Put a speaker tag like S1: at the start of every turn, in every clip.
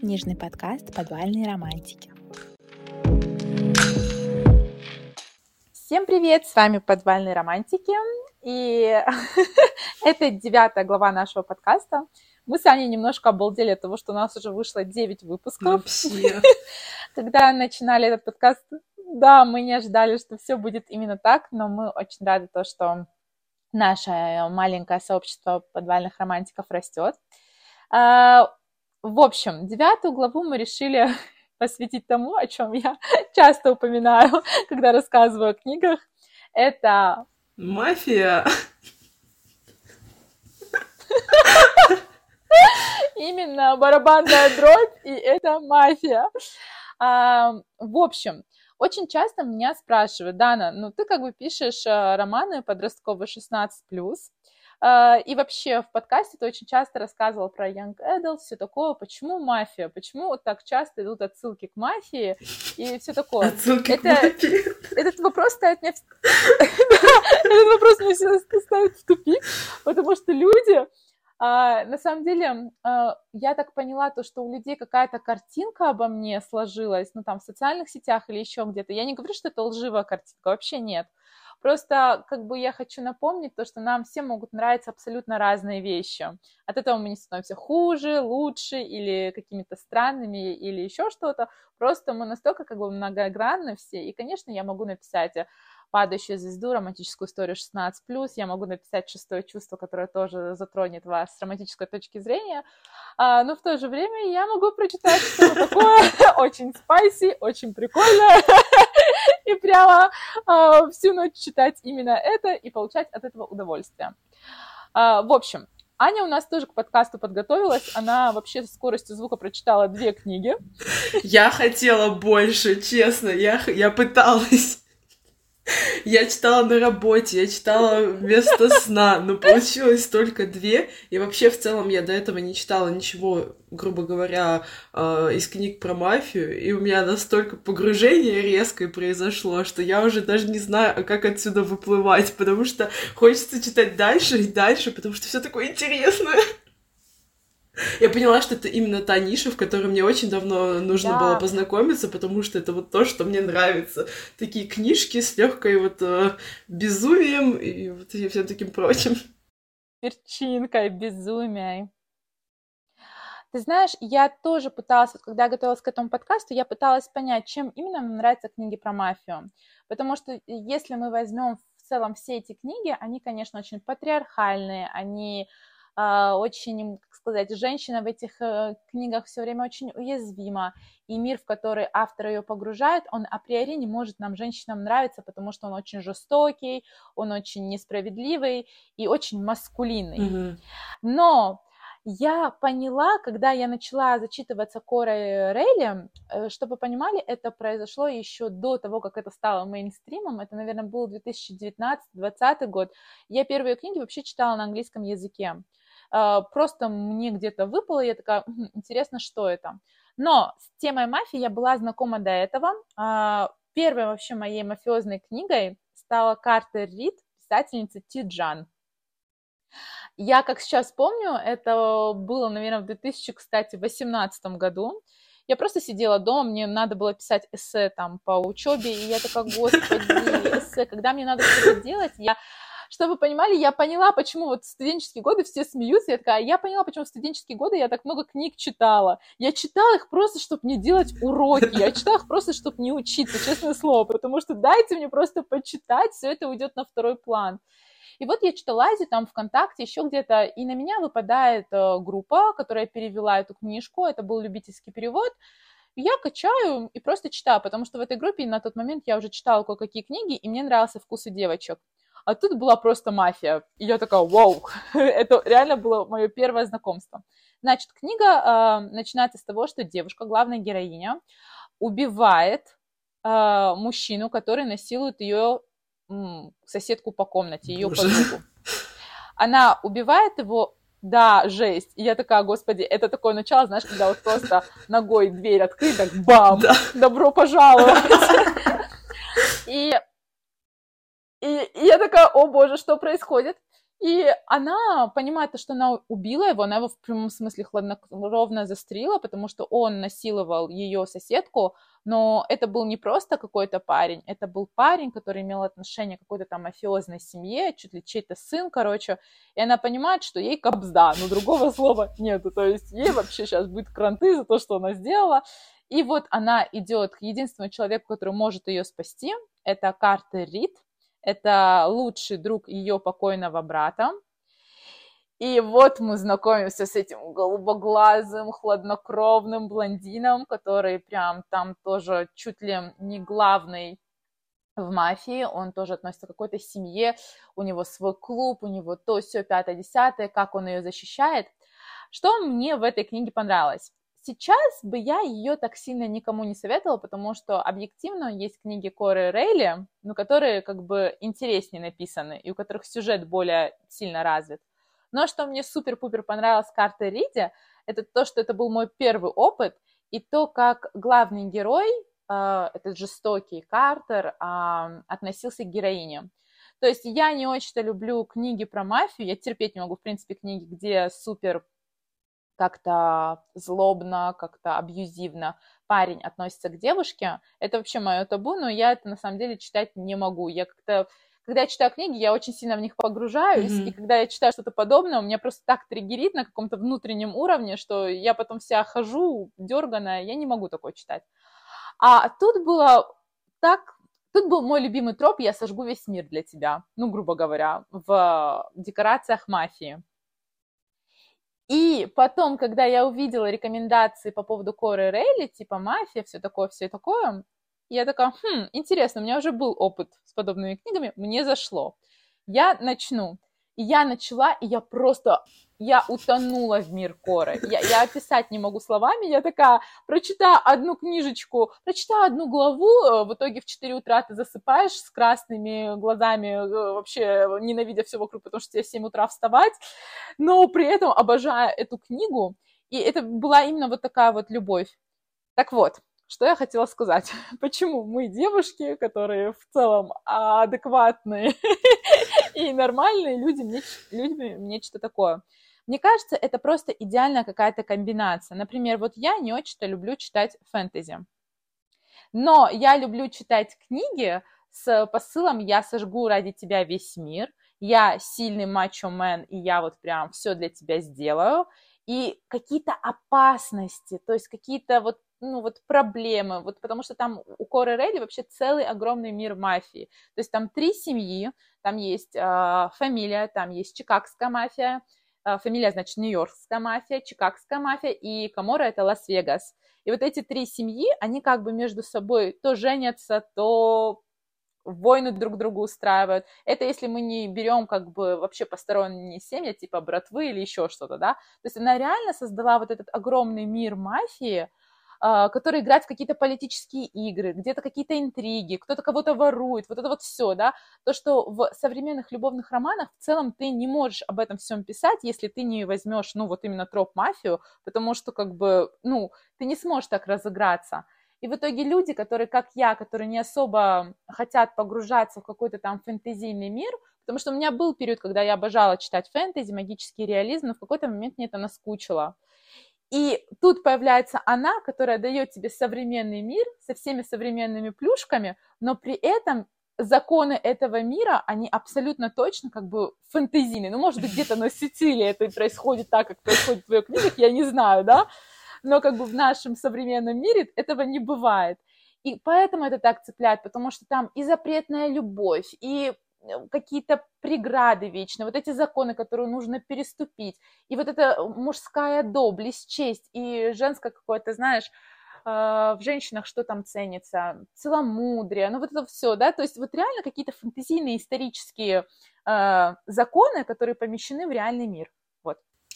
S1: книжный подкаст «Подвальные романтики». Всем привет, с вами «Подвальные романтики», и это 9 глава нашего подкаста. Мы с Аней немножко обалдели от того, что у нас уже вышло 9 выпусков.
S2: Вообще.
S1: Когда начинали этот подкаст, да, мы не ожидали, что все будет именно так, но мы очень рады, что наше маленькое сообщество подвальных романтиков растет. В общем, 9 главу мы решили посвятить тому, о чем я часто упоминаю, когда рассказываю о книгах. Это...
S2: Мафия.
S1: Именно, барабанная дробь, и это мафия. В общем, очень часто меня спрашивают: Дана, ты как бы пишешь романы подростковые 16+, и вообще в подкасте ты очень часто рассказывала про Young Adult, все такое. Почему мафия? Почему вот так часто идут отсылки к мафии и все такое?
S2: Отсылки к мафии.
S1: Этот вопрос ставит меня Этот вопрос меня всегда ставит в тупик, потому что люди... на самом деле, я так поняла, что у людей какая-то картинка обо мне сложилась, в социальных сетях или еще где-то. Я не говорю, что это лживая картинка, вообще нет. Просто я хочу напомнить что нам всем могут нравиться абсолютно разные вещи. От этого мы не становимся хуже, лучше или какими-то странными или еще что-то. Просто мы настолько многогранны все. И, конечно, я могу написать «Падающую звезду», романтическую историю 16+, я могу написать «Шестое чувство», которое тоже затронет вас с романтической точки зрения, но в то же время я могу прочитать что-то такое очень спайси, очень прикольное, и прямо всю ночь читать именно это и получать от этого удовольствие. В общем, Аня у нас тоже к подкасту подготовилась, она вообще с скоростью звука прочитала 2 книги.
S2: Я хотела больше, честно, я пыталась. Я читала на работе, я читала вместо сна, но получилось только 2, и вообще в целом я до этого не читала ничего, грубо говоря, из книг про мафию, и у меня настолько погружение резкое произошло, что я уже даже не знаю, как отсюда выплывать, потому что хочется читать дальше и дальше, потому что все такое интересное. Я поняла, что это именно та ниша, в которой мне очень давно нужно было познакомиться, потому что это вот то, что мне нравится. Такие книжки с легкой безумием и всем таким прочим.
S1: Перчинкой, безумием. Ты знаешь, я тоже пыталась, когда я готовилась к этому подкасту, я пыталась понять, чем именно мне нравятся книги про мафию. Потому что если мы возьмем в целом все эти книги, они, конечно, очень патриархальные, они... очень, женщина в этих книгах все время очень уязвима, и мир, в который автор ее погружает, он априори не может нам, женщинам, нравиться, потому что он очень жестокий, он очень несправедливый и очень маскулинный.
S2: Mm-hmm.
S1: Но я поняла, когда я начала зачитываться Корой Рейли, чтобы вы понимали, это произошло еще до того, как это стало мейнстримом, это, наверное, был 2019-2020 год. Я первые книги вообще читала на английском языке. Просто мне где-то выпало, я такая, интересно, что это. Но с темой мафии я была знакома до этого. Первой вообще моей мафиозной книгой стала Картер Рид, писательница Ти-Джан. Я, как сейчас помню, это было, наверное, в 2018 году. Я просто сидела дома, мне надо было писать эссе по учебе, и я такая, господи, эссе, когда мне надо что-то делать, чтобы вы понимали, я поняла, почему в студенческие годы все смеются. Я поняла, почему в студенческие годы я так много книг читала. Я читала их просто, чтобы не делать уроки. Я читала их просто, чтобы не учиться, честное слово. Потому что дайте мне просто почитать, все это уйдет на второй план. И вот я читала ВКонтакте, еще где-то, и на меня выпадает группа, которая перевела эту книжку. Это был любительский перевод. Я качаю и просто читаю, потому что в этой группе на тот момент я уже читала кое-какие книги, и мне нравился вкус у девочек. А тут была просто мафия. И я такая, вау, это реально было мое первое знакомство. Значит, книга начинается с того, что девушка, главная героиня, убивает мужчину, который насилует ее соседку по комнате, ее подругу. Она убивает его, да, жесть. И я такая, господи, это такое начало, знаешь, когда просто ногой дверь открыть, так бам, добро пожаловать. И я такая, о боже, что происходит? И она понимает, что она убила его, она его в прямом смысле хладнокровно застрелила, потому что он насиловал ее соседку, но это был не просто какой-то парень, это был парень, который имел отношение к какой-то там мафиозной семье, чуть ли чей-то сын, короче, и она понимает, что ей кабзда, но другого слова нету, то есть ей вообще сейчас будет кранты за то, что она сделала. И вот она идет к единственному человеку, который может ее спасти, это Картер Рид, это лучший друг ее покойного брата. И вот мы знакомимся с этим голубоглазым, хладнокровным блондином, который прям там тоже чуть ли не главный в мафии, он тоже относится к какой-то семье, у него свой клуб, у него то, сё, пятое, десятое, как он ее защищает. Что мне в этой книге понравилось? Сейчас бы я ее так сильно никому не советовала, потому что объективно есть книги Коры Рейли, но которые как бы интереснее написаны и у которых сюжет более сильно развит. Но что мне супер-пупер понравилось в Картере Риде, это то, что это был мой первый опыт, и то, как главный герой, этот жестокий Картер, относился к героине. То есть я не очень-то люблю книги про мафию, я терпеть не могу, в принципе, книги, где супер как-то злобно, как-то абьюзивно парень относится к девушке. Это вообще мое табу, но я это на самом деле читать не могу. Я как-то, когда я читаю книги, я очень сильно в них погружаюсь, и когда я читаю что-то подобное, у меня просто так триггерит на каком-то внутреннем уровне, что я потом вся хожу дерганая, я не могу такое читать. А тут было так. Тут был мой любимый троп «Я сожгу весь мир для тебя», ну, грубо говоря, в декорациях мафии. И потом, когда я увидела рекомендации по поводу Коры Рейли, типа мафия, все такое, я такая, интересно, у меня уже был опыт с подобными книгами, мне зашло. Я начну. И я начала, и я утонула в мир Коры. Я описать не могу словами, я такая, прочитаю одну книжечку, прочитаю одну главу, в итоге в 4 утра ты засыпаешь с красными глазами, вообще ненавидя все вокруг, потому что тебе в 7 утра вставать, но при этом обожаю эту книгу, и это была именно вот такая вот любовь. Так вот, что я хотела сказать. Почему мы, девушки, которые в целом адекватные и нормальные люди, любим нечто такое? Мне кажется, это просто идеальная какая-то комбинация. Например, вот я не очень-то люблю читать фэнтези, но я люблю читать книги с посылом «Я сожгу ради тебя весь мир», «Я сильный мачо-мен, и я вот прям все для тебя сделаю», и какие-то опасности, то есть какие-то вот, ну, вот проблемы, вот потому что там у Коры Рейли вообще целый огромный мир мафии, то есть там 3 семьи, там есть фамилия, там есть чикагская мафия, фамилия, значит, нью-йоркская мафия, чикагская мафия, и Каморра – это Лас-Вегас. И вот эти 3 семьи, они как бы между собой то женятся, то войны друг другу устраивают. Это если мы не берем как бы вообще посторонние семьи, типа братвы или еще что-то, да. То есть она реально создала вот этот огромный мир мафии, который играет в какие-то политические игры, где-то какие-то интриги, кто-то кого-то ворует, вот это вот все, да, то, что в современных любовных романах в целом ты не можешь об этом всем писать, если ты не возьмешь, ну, вот именно троп мафию, потому что, как бы, ну, ты не сможешь так разыграться. И в итоге люди, которые, как я, которые не особо хотят погружаться в какой-то там фэнтезийный мир, потому что у меня был период, когда я обожала читать фэнтези, магический реализм, но в какой-то момент мне это наскучило. И тут появляется она, которая дает тебе современный мир со всеми современными плюшками, но при этом законы этого мира, они абсолютно точно как бы фэнтезийные. Ну, может быть, где-то на Сицилии это происходит так, как происходит в твоих книгах, я не знаю, да? Но как бы в нашем современном мире этого не бывает. И поэтому это так цепляет, потому что там и запретная любовь, и какие-то преграды вечные, вот эти законы, которые нужно переступить, и вот эта мужская доблесть, честь, и женское какое-то, знаешь, в женщинах что там ценится, целомудрие, ну вот это все, да, то есть вот реально какие-то фэнтезийные исторические законы, которые помещены в реальный мир, вот.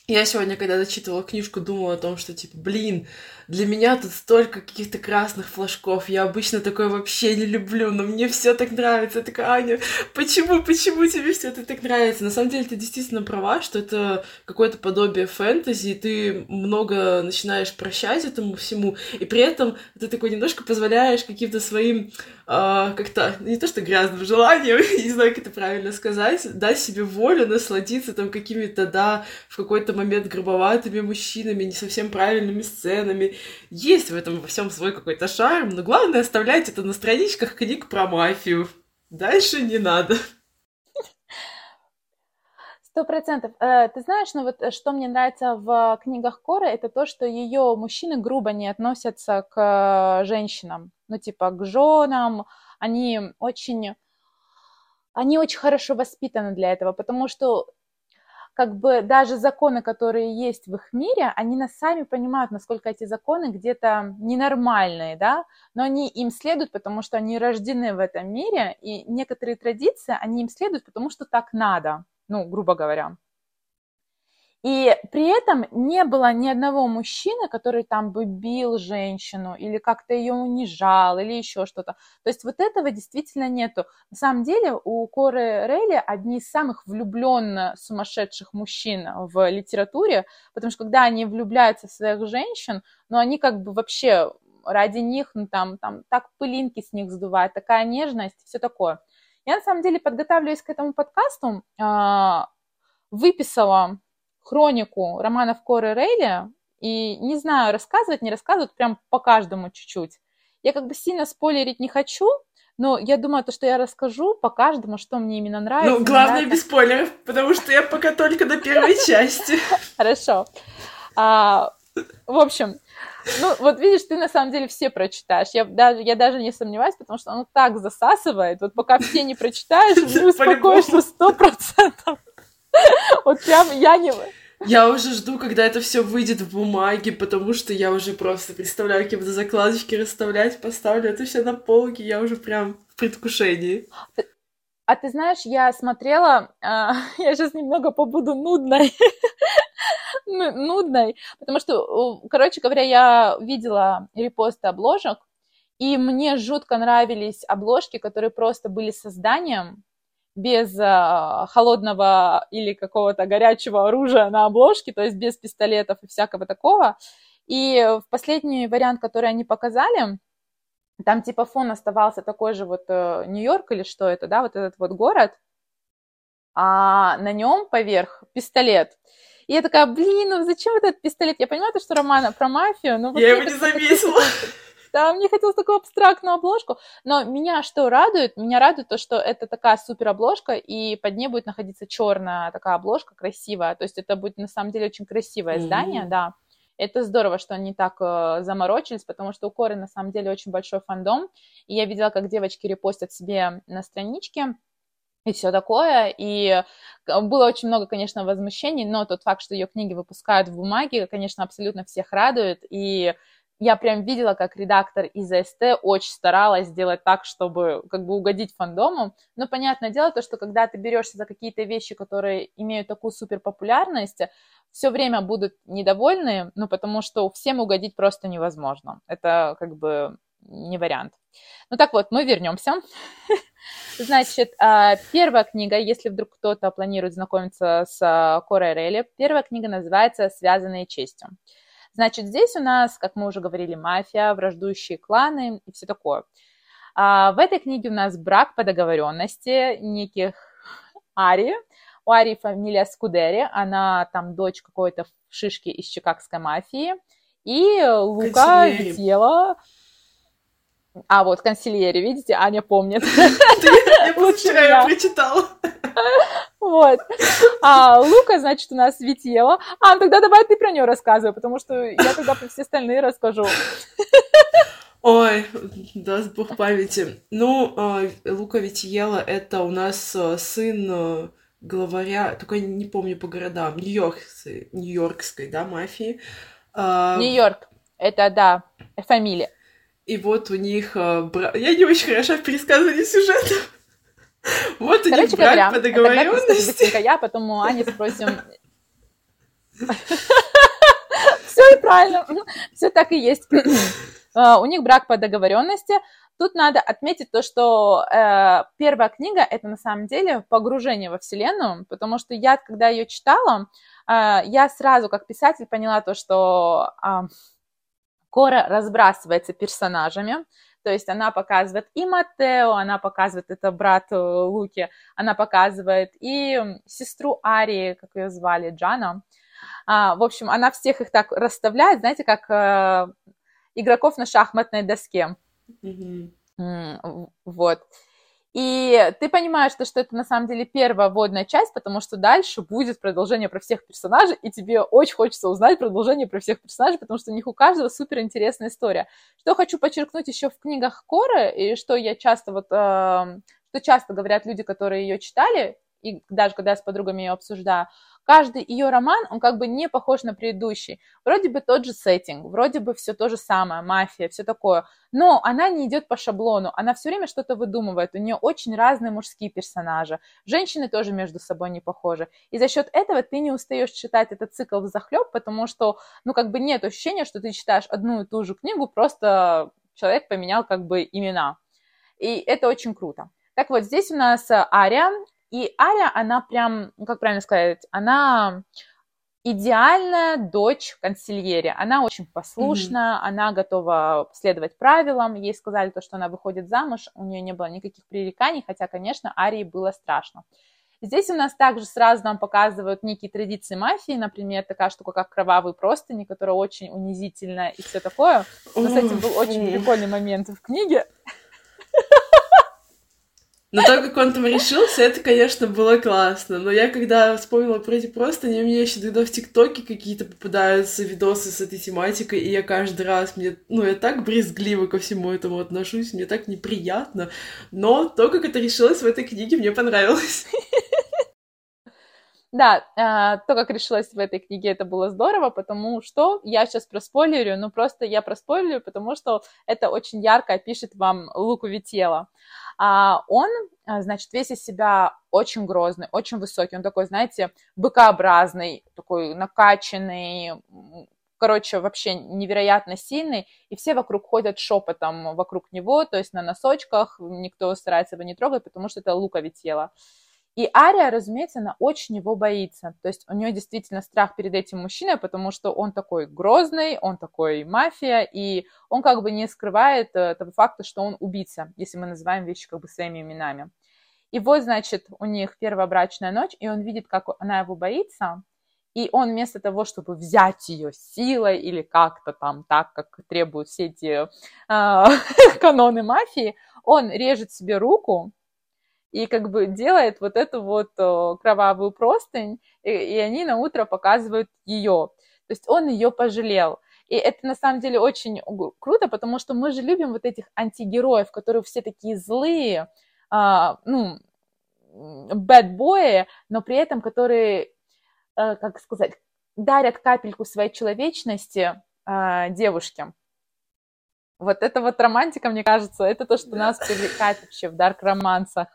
S2: Я сегодня, когда зачитывала книжку, думала о том, что, типа, блин, для меня тут столько каких-то красных флажков, я обычно такое вообще не люблю, но мне все так нравится. Я такая: Аня, почему тебе все это так нравится? На самом деле, ты действительно права, что это какое-то подобие фэнтези, и ты много начинаешь прощать этому всему, и при этом ты такой немножко позволяешь каким-то своим как-то, не то что грязным желанием, не знаю, как это правильно сказать, дать себе волю, насладиться там какими-то, да, в какой-то момент грубоватыми мужчинами, не совсем правильными сценами. Есть в этом во всем свой какой-то шарм, но главное оставлять это на страничках книг про мафию. Дальше не надо.
S1: 100%. Ты знаешь, ну вот что мне нравится в книгах Коры, это то, что ее мужчины грубо не относятся к женщинам, ну типа к женам, они очень хорошо воспитаны для этого, потому что как бы даже законы, которые есть в их мире, они нас сами понимают, насколько эти законы где-то ненормальные, да, но они им следуют, потому что они рождены в этом мире, и некоторые традиции, они им следуют, потому что так надо, ну, грубо говоря. И при этом не было ни одного мужчины, который там бы бил женщину или как-то ее унижал или еще что-то. То есть вот этого действительно нету. На самом деле у Коры Рейли одни из самых влюбленно сумасшедших мужчин в литературе, потому что когда они влюбляются в своих женщин, ну они как бы вообще ради них, ну там так пылинки с них сдувают, такая нежность, все такое. Я на самом деле, подготавливаясь к этому подкасту, выписала хронику романов Коры Рейли, и не знаю, рассказывать, не рассказывать, прям по каждому чуть-чуть. Я как бы сильно спойлерить не хочу, но я думаю, то, что я расскажу по каждому, что мне именно нравится.
S2: Ну, главное, без спойлеров, потому что я пока только на первой части.
S1: Хорошо. В общем, ну, вот видишь, ты на самом деле все прочитаешь. Я даже не сомневаюсь, потому что оно так засасывает. Вот пока все не прочитаешь, не успокоишься 100%. Вот прям
S2: Я уже жду, когда это все выйдет в бумаге, потому что я уже просто представляю, какие буду закладочки расставлять, поставлю это все на полки, я уже прям в предвкушении.
S1: А ты знаешь, я смотрела, я сейчас немного побуду нудной, потому что, короче говоря, я видела репосты обложек, и мне жутко нравились обложки, которые просто были созданием, без холодного или какого-то горячего оружия на обложке, то есть без пистолетов и всякого такого. И в последний вариант, который они показали, там типа фон оставался такой же вот Нью-Йорк или что это, да, вот этот вот город, а на нем поверх пистолет. И я такая, блин, ну зачем вот этот пистолет? Я понимаю, что роман про мафию, но... Вот
S2: я его не заметила.
S1: Да, мне хотелось такую абстрактную обложку, но меня что радует? Меня радует то, что это такая супер обложка, и под ней будет находиться черная такая обложка, красивая, то есть это будет на самом деле очень красивое издание, да. Это здорово, что они так заморочились, потому что у Коры на самом деле очень большой фандом, и я видела, как девочки репостят себе на страничке, и все такое, и было очень много, конечно, возмущений, но тот факт, что ее книги выпускают в бумаге, конечно, абсолютно всех радует, и я прям видела, как редактор из АСТ очень старалась сделать так, чтобы как бы угодить фандому. Но понятное дело, то, что когда ты берешься за какие-то вещи, которые имеют такую суперпопулярность, все время будут недовольны, ну, потому что всем угодить просто невозможно. Это как бы не вариант. Ну так вот, мы вернемся. Значит, первая книга, если вдруг кто-то планирует знакомиться с Корой Рейли, первая книга называется «Связанные честью». Значит, здесь у нас, как мы уже говорили, мафия, враждующие кланы и все такое. В этой книге у нас брак по договоренности неких Ари. У Ари фамилия Скудери, она там дочь какой-то шишки из чикагской мафии. И Лука Витьелло... А, вот, консильери, видите, Аня помнит.
S2: Я вчера ее прочитала.
S1: Вот. А Лука, значит, у нас Витьело. Ну тогда давай ты про нее рассказывай, потому что я тогда про все остальные расскажу.
S2: Ой, даст бог памяти. Ну, Лука Витьело — это у нас сын главаря, только не помню по городам, нью-йоркской, да, мафии.
S1: Нью-Йорк, это, да, фамилия.
S2: И вот у них... Я не очень хороша в пересказывании сюжета. Вот у них брак по договоренности.
S1: Я, потом у Ани спросим... Все и правильно, все так и есть. У них брак по договоренности. Тут надо отметить то, что первая книга — это на самом деле погружение во Вселенную, потому что я, когда ее читала, я сразу как писатель поняла то, что Кора разбрасывается персонажами, то есть она показывает и Матео, она показывает, это брат Луки, она показывает и сестру Арии, как ее звали, Джана. В общем, она всех их так расставляет, знаете, как игроков на шахматной доске. Вот. И ты понимаешь, что это на самом деле первая вводная часть, потому что дальше будет продолжение про всех персонажей, и тебе очень хочется узнать продолжение про всех персонажей, потому что у них у каждого суперинтересная история. Что хочу подчеркнуть еще в книгах Коры, и что я часто что часто говорят люди, которые ее читали, и даже когда я с подругами ее обсуждаю, каждый ее роман, он как бы не похож на предыдущий. Вроде бы тот же сеттинг, вроде бы все то же самое, мафия, все такое, но она не идет по шаблону, она все время что-то выдумывает, у нее очень разные мужские персонажи, женщины тоже между собой не похожи, и за счет этого ты не устаешь читать этот цикл взахлеб, потому что, ну, как бы нет ощущения, что ты читаешь одну и ту же книгу, просто человек поменял как бы имена, и это очень круто. Так вот, здесь у нас Ария, и Ария, она прям, как правильно сказать, она идеальная дочь консильери. Она очень послушная, она готова следовать правилам. Ей сказали то, что она выходит замуж, у нее не было никаких пререканий, хотя, конечно, Арии было страшно. Здесь у нас также сразу нам показывают некие традиции мафии, например, такая штука, как кровавые простыни, которая очень унизительная и все такое. Но с этим был очень прикольный момент в книге.
S2: Но то, как он там решился, это, конечно, было классно. Но я, когда вспомнила про эти простыни, мне еще тогда в ТикТоке какие-то попадаются видосы с этой тематикой, и я каждый раз, я так брезгливо ко всему этому отношусь, мне так неприятно. Но то, как это решилось в этой книге, мне понравилось.
S1: Да, то, как решилось в этой книге, это было здорово, потому что я сейчас проспойлерю, просто я проспойлерю, потому что это очень ярко опишет вам Луку Витьелло. Он, значит, весь из себя очень грозный, очень высокий, он такой, знаете, быкообразный, такой накачанный, короче, вообще невероятно сильный, и все вокруг ходят шепотом вокруг него, то есть на носочках, никто старается его не трогать, потому что это Лука Витьелло. И Ария, разумеется, она очень его боится. То есть у нее действительно страх перед этим мужчиной, потому что он такой грозный, он такой мафия, и он как бы не скрывает того факта, что он убийца, если мы называем вещи как бы своими именами. И вот, значит, у них первая брачная ночь, и он видит, как она его боится, и он вместо того, чтобы взять ее силой или как-то там так, как требуют все эти каноны мафии, он режет себе руку, и как бы делает вот эту вот кровавую простынь, и они на утро показывают ее. То есть он ее пожалел. И это на самом деле очень круто, потому что мы же любим вот этих антигероев, которые все такие злые, бэдбои, но при этом которые, как сказать, дарят капельку своей человечности девушке. Вот это вот романтика, мне кажется, это то, что нас привлекает вообще в дарк-романсах.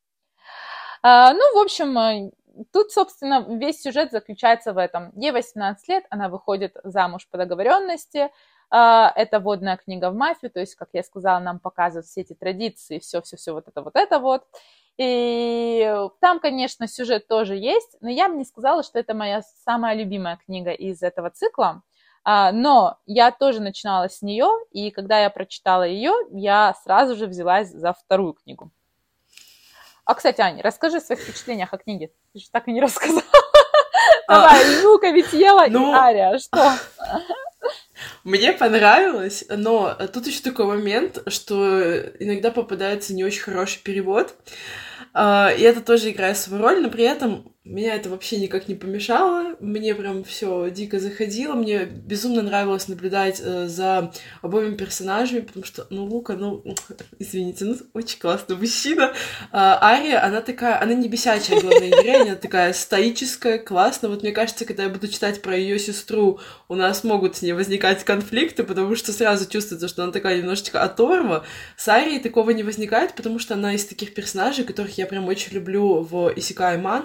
S1: В общем, тут, собственно, весь сюжет заключается в этом. Ей 18 лет, она выходит замуж по договоренности. Это вводная книга в мафию, то есть, как я сказала, нам показывают все эти традиции, все вот это вот. И там, конечно, сюжет тоже есть, но я бы не сказала, что это моя самая любимая книга из этого цикла. Но я тоже начинала с нее, и когда я прочитала ее, я сразу же взялась за вторую книгу. Кстати, Аня, расскажи о своих впечатлениях о книге. Ты же так и не рассказала. Давай, Лука Витьелло и Ария, что?
S2: Мне понравилось, но тут еще такой момент, что иногда попадается не очень хороший перевод, и это тоже играет свою роль, но при этом меня это вообще никак не помешало, мне прям все дико заходило, мне безумно нравилось наблюдать за обоими персонажами, потому что, Лука, извините, очень классный мужчина. Ария, она такая, она не бесячая главная героиня, она такая стоическая, классная. Вот мне кажется, когда я буду читать про ее сестру, у нас могут с ней возникать конфликты, потому что сразу чувствуется, что она такая немножечко оторва. С Арией такого не возникает, потому что она из таких персонажей, которых я прям очень люблю в исекай-манхвах, которые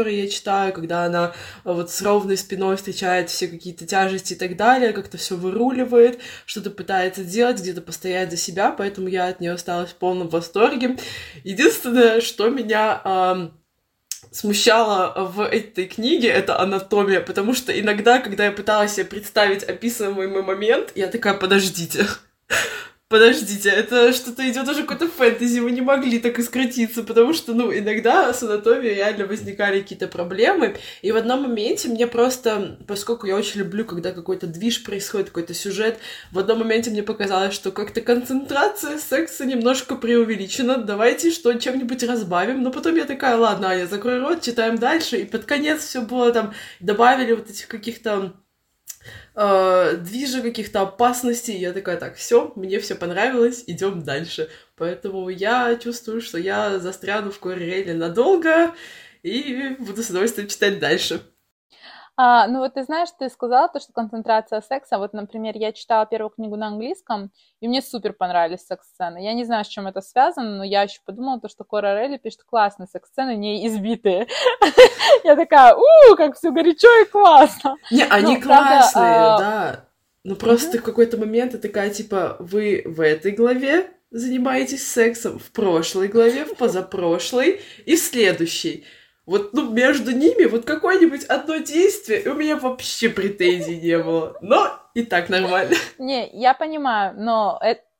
S2: которые я читаю, когда она вот с ровной спиной встречает все какие-то тяжести и так далее, как-то все выруливает, что-то пытается делать, где-то постоять за себя, поэтому я от нее осталась в полном восторге. Единственное, что меня смущало в этой книге, это анатомия, потому что иногда, когда я пыталась себе представить описываемый момент, я такая, подождите, это что-то идет уже какой-то фэнтези, вы не могли так искротиться, потому что, иногда с анатомией реально возникали какие-то проблемы, и в одном моменте мне просто, поскольку я очень люблю, когда какой-то движ происходит, какой-то сюжет, в одном моменте мне показалось, что как-то концентрация секса немножко преувеличена, давайте чем-нибудь разбавим, но потом я такая, ладно, Аня, закрой рот, читаем дальше, и под конец все было там, добавили вот этих каких-то движа, каких-то опасностей. Я такая, так, все, мне все понравилось, идем дальше. Поэтому я чувствую, что я застряну в Коре Рейле надолго и буду с удовольствием читать дальше.
S1: Ну вот ты знаешь, ты сказала то, что концентрация секса. Вот, например, я читала первую книгу на английском, и мне супер понравились секс-сцены. Я не знаю, с чем это связано, но я еще подумала, то, что Кора Рейли пишет классные секс-сцены, не избитые. Я такая, как все горячо и классно.
S2: Не, они классные, да. Но просто в какой-то момент ты такая, типа, вы в этой главе занимаетесь сексом, в прошлой главе, в позапрошлой и в следующей. Вот, между ними вот какое-нибудь одно действие, и у меня вообще претензий не было. Но и так нормально.
S1: Не, я понимаю, но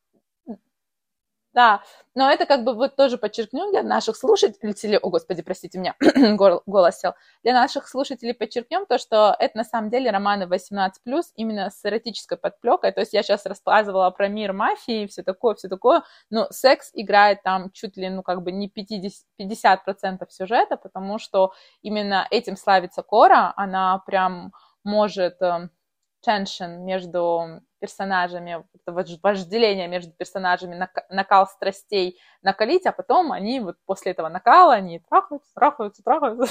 S1: да, но это как бы вот тоже подчеркну для наших слушателей, о господи, простите меня, голос сел, для наших слушателей подчеркнем то, что это на самом деле романы 18+, именно с эротической подплекой, то есть я сейчас рассказывала про мир мафии и все такое, но секс играет там чуть ли, не 50% сюжета, потому что именно этим славится Кора, она прям может tension между персонажами, вожделение между персонажами, накал страстей накалить, а потом они вот после этого накала, они трахаются. То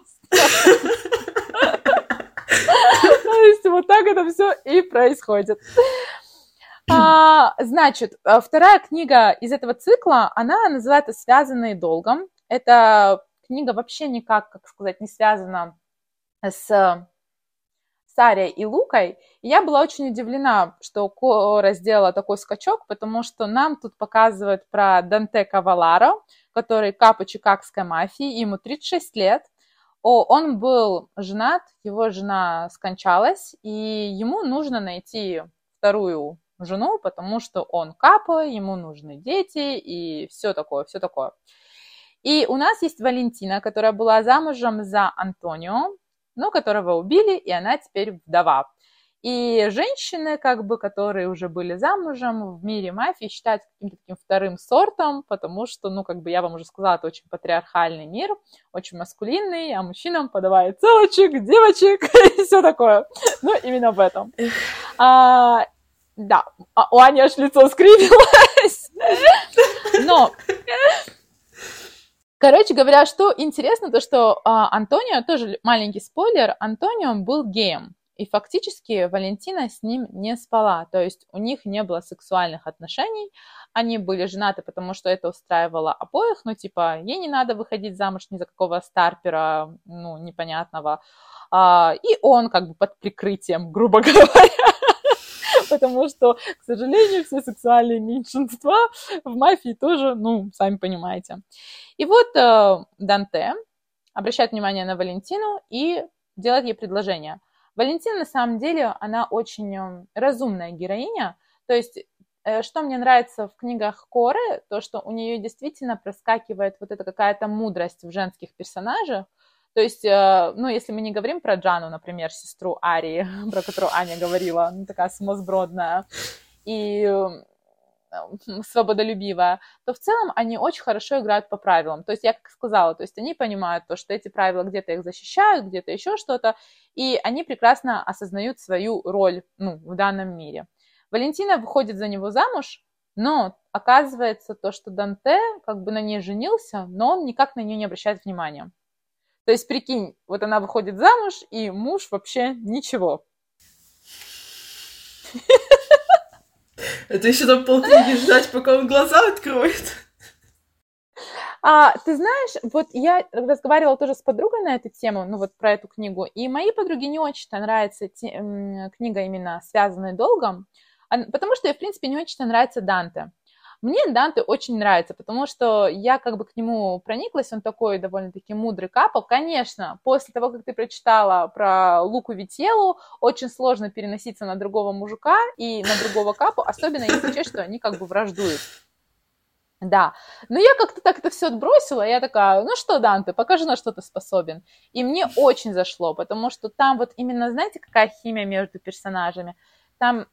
S1: есть вот так это все и происходит. Значит, вторая книга из этого цикла, она называется «Связанные долгом». Эта книга вообще никак, как сказать, не связана с Сарой и Лукой, и я была очень удивлена, что Кора сделала такой скачок, потому что нам тут показывают про Данте Каваларо, который капо чикагской мафии, ему 36 лет, он был женат, его жена скончалась, и ему нужно найти вторую жену, потому что он капо, ему нужны дети, и все такое. И у нас есть Валентина, которая была замужем за Антонио, но которого убили, и она теперь вдова. И женщины, которые уже были замужем в мире мафии, считаются каким-то таким вторым сортом, потому что, я вам уже сказала, это очень патриархальный мир, очень маскулинный, а мужчинам подавают целочек, девочек и все такое. Именно в этом. Да, у Ани аж лицо скривилось. Но... Короче говоря, что интересно, то что Антонио, тоже маленький спойлер, Антонио был геем, и фактически Валентина с ним не спала, то есть у них не было сексуальных отношений, они были женаты, потому что это устраивало обоих, ей не надо выходить замуж ни за какого старпера, непонятного, и он под прикрытием, грубо говоря, потому что, к сожалению, все сексуальные меньшинства в мафии тоже, сами понимаете. И вот Данте обращает внимание на Валентину и делает ей предложение. Валентина, на самом деле, она очень разумная героиня, то есть что мне нравится в книгах Коры, то, что у нее действительно проскакивает вот эта какая-то мудрость в женских персонажах. То есть, если мы не говорим про Джану, например, сестру Арии, про которую Аня говорила, такая сумасбродная и свободолюбивая, то в целом они очень хорошо играют по правилам. То есть, я как сказала, то есть они понимают то, что эти правила где-то их защищают, где-то еще что-то, и они прекрасно осознают свою роль, в данном мире. Валентина выходит за него замуж, но оказывается то, что Данте на ней женился, но он никак на нее не обращает внимания. То есть, прикинь, вот она выходит замуж, и муж вообще ничего.
S2: Это еще там полкниги ждать, пока он глаза откроет.
S1: Ты знаешь, вот я разговаривала тоже с подругой на эту тему, ну вот про эту книгу, и моей подруге не очень-то нравится книга именно «Связанная долгом», потому что ей, в принципе, не очень-то нравится Данте. Мне Данте очень нравится, потому что я как бы к нему прониклась, он такой довольно-таки мудрый капо. Конечно, после того, как ты прочитала про Луку Витьеллу, очень сложно переноситься на другого мужика и на другого капо, особенно если учесть, что они как бы враждуют. Да, но я как-то так это все отбросила, я такая, ну что, Данте, покажи, на что ты способен. И мне очень зашло, потому что там вот именно, знаете, какая химия между персонажами? Там,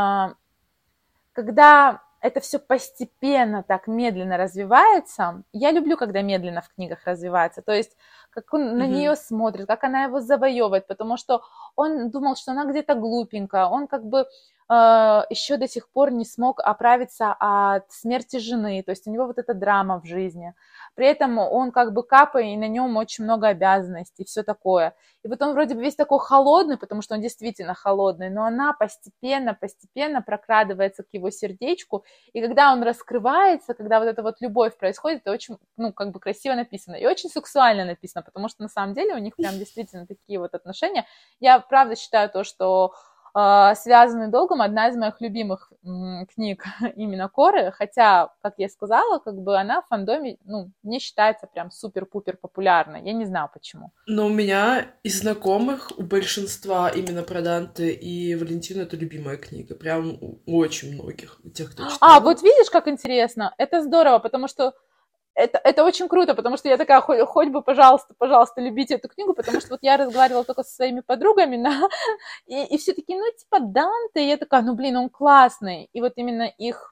S1: когда это все постепенно, так медленно развивается, я люблю, когда медленно в книгах развивается, то есть как он на нее смотрит, как она его завоевывает, потому что он думал, что она где-то глупенькая, он как бы еще до сих пор не смог оправиться от смерти жены, то есть у него вот эта драма в жизни. При этом он как бы капа, и на нем очень много обязанностей, все такое. И вот он вроде бы весь такой холодный, потому что он действительно холодный, но она постепенно прокрадывается к его сердечку, и когда он раскрывается, когда вот эта вот любовь происходит, это очень, ну, как бы красиво написано, и очень сексуально написано, потому что на самом деле у них прям действительно такие вот отношения. Я правда считаю то, что «Связанный долгом» одна из моих любимых книг именно Коры, хотя, как я сказала, как бы она в фандоме, ну, не считается прям супер-пупер популярной, я не знаю почему.
S2: Но у меня из знакомых у большинства именно про Данте и Валентину это любимая книга, прям у очень многих, у тех, кто читал.
S1: Вот видишь, как интересно, это здорово, потому что это очень круто, потому что я такая, хоть бы, пожалуйста, любите эту книгу, потому что вот я разговаривала только со своими подругами, и все таки, ну, типа, Данте, и я такая, ну, блин, он классный, и вот именно их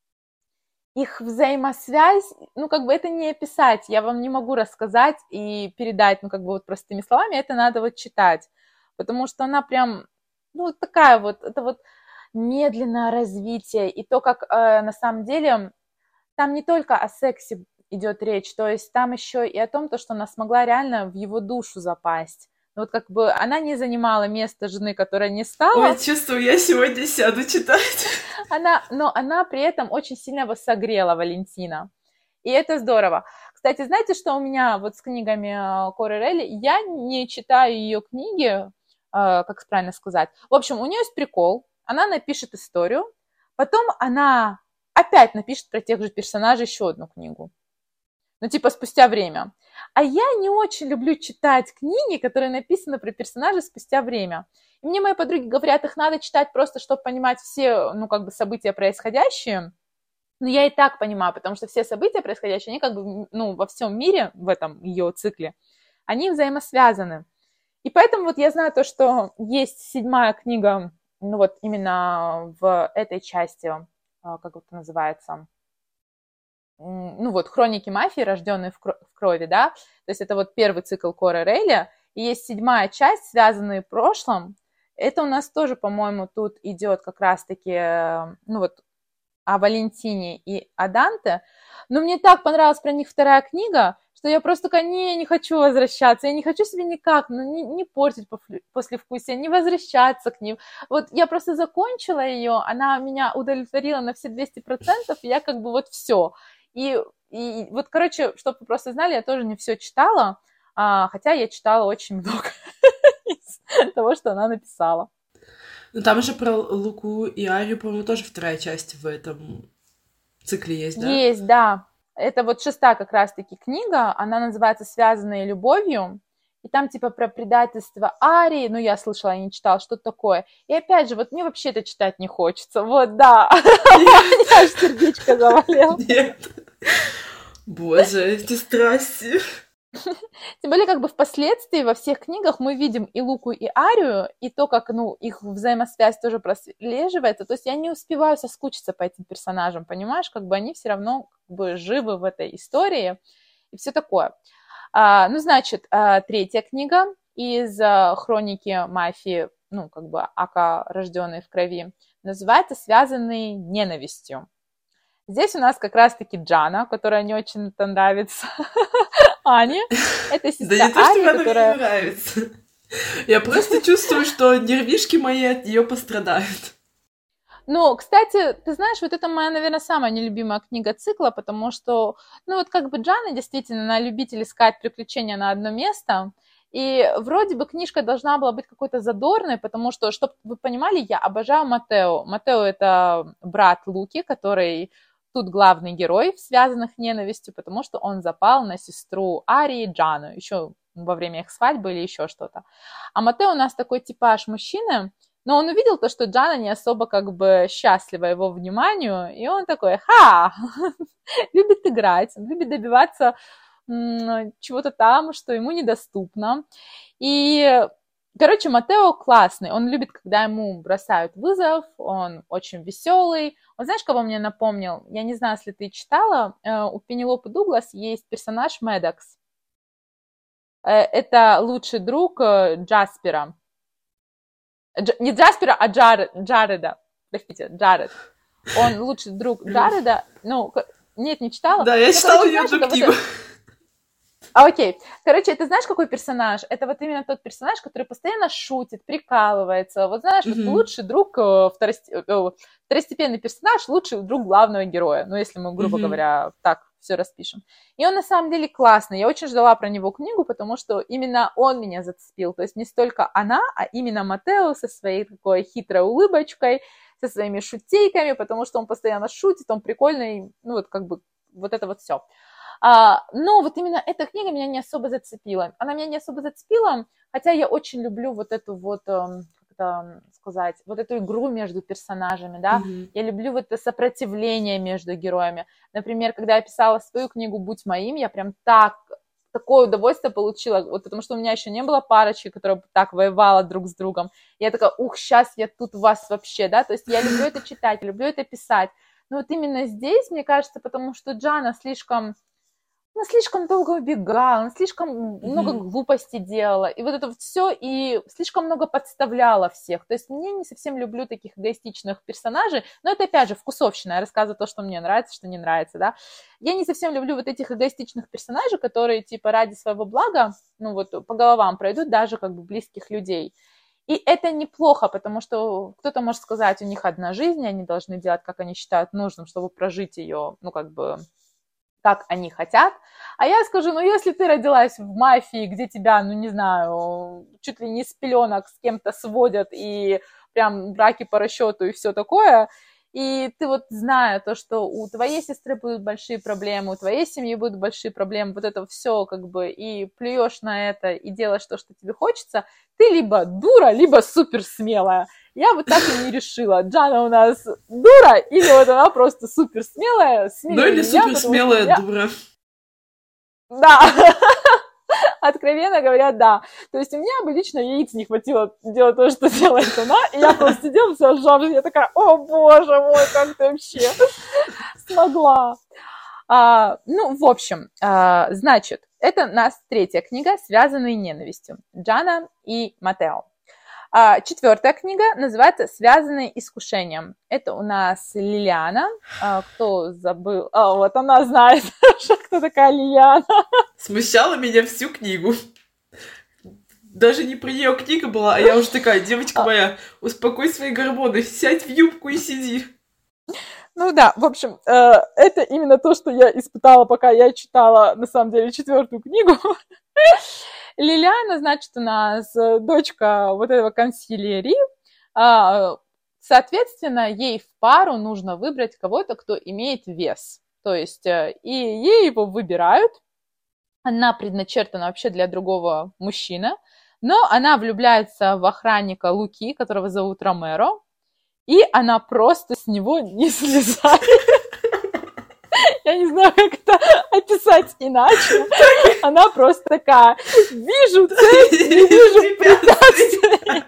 S1: взаимосвязь, ну, как бы это не описать, я вам не могу рассказать и передать, ну, как бы вот простыми словами, это надо вот читать, потому что она прям, ну, вот такая вот, это вот медленное развитие, и то, как на самом деле там не только о сексе идет речь, то есть там еще и о том, то, что она смогла реально в его душу запасть. Ну, вот как бы она не занимала место жены, которая не стала.
S2: Ой, чувствую, я сегодня сяду читать.
S1: Но она при этом очень сильно его согрела, Валентина. И это здорово. Кстати, знаете, что у меня вот с книгами Коры Релли? Я не читаю ее книги, как правильно сказать. В общем, у нее есть прикол. Она напишет историю, потом она опять напишет про тех же персонажей еще одну книгу. Ну, типа, спустя время. А я не очень люблю читать книги, которые написаны про персонажей спустя время. И мне мои подруги говорят, их надо читать просто, чтобы понимать все, ну, как бы, события происходящие. Но я и так понимаю, потому что все события происходящие, они как бы, ну, во всем мире, в этом ее цикле, они взаимосвязаны. И поэтому вот я знаю то, что есть 7-я книга, ну, вот именно в этой части, как это называется, ну вот, «Хроники мафии, рожденные в крови», да, то есть это вот первый цикл Коры Рейли, и есть 7-я часть, связанные в прошлом, это у нас тоже, по-моему, тут идет как раз-таки, ну вот, о Валентине и о Данте, но мне так понравилась про них 2-я книга, что я просто такая, не хочу возвращаться, я не хочу себе никак, ну, не портить послевкусие, не возвращаться к ним. Вот я просто закончила ее, она меня удовлетворила на все 200%, и я как бы вот все. И вот, короче, чтобы вы просто знали, я тоже не все читала, хотя я читала очень много из того, что она написала.
S2: Ну, там же про Луку и Арию, по-моему, тоже 2-я часть в этом цикле есть, да?
S1: Есть, да. Это вот 6-я как раз-таки книга, она называется «Связанные любовью», и там типа про предательство Арии, ну, я слышала, я не читала, что-то такое. И опять же, вот мне вообще это читать не хочется, вот, да. У меня аж сердечко заболело.
S2: Нет. Боже, эти страсти.
S1: Тем более, как бы впоследствии во всех книгах мы видим и Луку, и Арию, и то, как, ну, их взаимосвязь тоже прослеживается. То есть я не успеваю соскучиться по этим персонажам, понимаешь? Как бы они все равно как бы живы в этой истории и все такое. Ну, значит, 3-я книга из «Хроники мафии», ну, как бы ака рожденные в крови, называется «Связанные ненавистью». Здесь у нас как раз-таки Джана, которая не очень-то нравится Ане. Это сестра
S2: Да не то, что
S1: Ани,
S2: она
S1: которая...
S2: мне нравится. Я просто чувствую, что нервишки мои от нее пострадают.
S1: Ну, кстати, ты знаешь, вот это моя, наверное, самая нелюбимая книга цикла, потому что, ну, вот как бы Джана действительно, она любитель искать приключения на одно место, и вроде бы книжка должна была быть какой-то задорной, потому что, чтобы вы понимали, я обожаю Матео. Матео – это брат Луки, который тут главный герой в «Связанных ненавистью», потому что он запал на сестру Арии Джану, еще во время их свадьбы или еще что-то. А Матео у нас такой типаж мужчины, но он увидел то, что Джана не особо как бы счастлива его вниманию, и он такой, любит играть, любит добиваться чего-то там, что ему недоступно. И, короче, Матео классный, он любит, когда ему бросают вызов, он очень веселый. Он, знаешь, кого мне напомнил? Я не знаю, если ты читала, у Пенелопы Дуглас есть персонаж Медокс. Это лучший друг Джаспера. Не Джаспера, а Джареда. Простите, Джаред. Он лучший друг Джареда. Ну, нет, не читала.
S2: Да, я читала ее эту книгу.
S1: Окей. Короче, ты знаешь, какой персонаж? Это вот именно тот персонаж, который постоянно шутит, прикалывается. Вот знаешь, вот лучший друг, второстепенный персонаж, лучший друг главного героя. Ну, если мы, грубо говоря, так все распишем. И он на самом деле классный. Я очень ждала про него книгу, потому что именно он меня зацепил. То есть не столько она, а именно Матео со своей такой хитрой улыбочкой, со своими шутейками, потому что он постоянно шутит, он прикольный, ну вот как бы вот это вот все. Но вот именно эта книга меня не особо зацепила. Она меня не особо зацепила, хотя я очень люблю вот эту вот, как это сказать, вот эту игру между персонажами, да. Я люблю вот это сопротивление между героями. Например, когда я писала свою книгу «Будь моим», я прям такое удовольствие получила, вот потому что у меня еще не было парочки, которая так воевала друг с другом. Я такая, сейчас я тут вас вообще, да, то есть я люблю это читать, люблю это писать. Но вот именно здесь, мне кажется, потому что Джана слишком долго убегала, она слишком много глупостей делала, и вот это вот все, и слишком много подставляла всех. То есть мне не совсем люблю таких эгоистичных персонажей, но это, опять же, вкусовщина, я рассказываю то, что мне нравится, что не нравится, да. Я не совсем люблю вот этих эгоистичных персонажей, которые, типа, ради своего блага, ну вот, по головам пройдут даже, как бы, близких людей. И это неплохо, потому что кто-то может сказать, у них одна жизнь, они должны делать, как они считают нужным, чтобы прожить ее, ну, как бы, как они хотят. А я скажу, ну, если ты родилась в мафии, где тебя, ну, не знаю, чуть ли не с пеленок с кем-то сводят, и прям браки по расчету и все такое, и ты вот, зная то, что у твоей сестры будут большие проблемы, у твоей семьи будут большие проблемы, вот это все как бы, и плюешь на это, и делаешь то, что тебе хочется, ты либо дура, либо супер смелая. Я вот так и не решила, Джана у нас дура, или вот она просто супер смелая.
S2: Ну или супер смелая дура.
S1: Да, откровенно говоря, да. То есть у меня бы лично яиц не хватило делать то, что делает она, и я просто сидела вся сжавшись, я такая, о боже мой, как ты вообще смогла. Ну, в общем, значит, это у нас третья книга «Связанные ненавистью» Джана и Матео. Четвертая книга называется «Связанные искушением». Это у нас Лилиана. Кто забыл? Вот она знает, кто такая Лилиана.
S2: Смущала меня всю книгу. Даже не про нее книга была, а я уже такая, девочка моя, успокой свои гормоны, сядь в юбку и сиди.
S1: Ну да, в общем, это именно то, что я испытала, пока я читала, на самом деле, четвертую книгу. Лилиана, значит, у нас дочка вот этого консильери. Соответственно, ей в пару нужно выбрать кого-то, кто имеет вес. То есть, и ей его выбирают. Она предначертана вообще для другого мужчины. Но она влюбляется в охранника Луки, которого зовут Ромеро. И она просто с него не слезает. Я не знаю, как это описать иначе. Она просто такая, вижу цель, не вижу препятствий.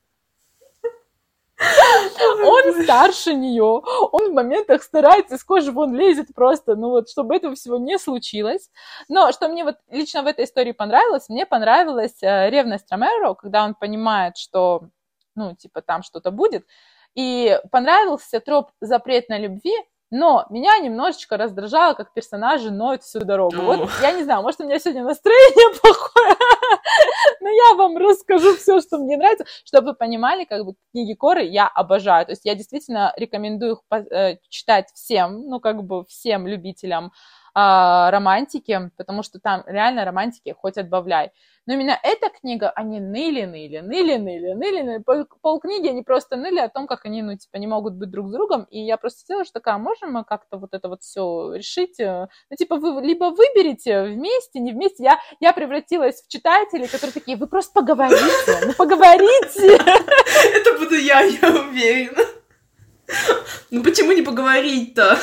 S1: Он старше нее, он в моментах старается, из кожи вон лезет просто, ну вот, чтобы этого всего не случилось. Но что мне вот лично в этой истории понравилось, мне понравилась ревность Ромеро, когда он понимает, что, ну, типа, там что-то будет. И понравился троп запретной любви, Но меня немножечко раздражало, как персонажи ноют всю дорогу. Вот я не знаю, может, у меня сегодня настроение плохое, но я вам расскажу все, что мне нравится, чтобы вы понимали, как бы книги Коры я обожаю. То есть я действительно рекомендую их читать всем, ну, как бы всем любителям романтики, потому что там реально романтики хоть отбавляй. Но именно эта книга, они ныли. Полкниги они просто ныли о том, как они, ну, типа, не могут быть друг с другом. И я просто сидела, что такая, можем мы как-то вот это вот все решить? Ну, типа, вы либо выберете вместе, не вместе. Я превратилась в читателей, которые такие, вы просто поговорите, ну, поговорите.
S2: Это буду я уверена. Ну, почему не поговорить-то?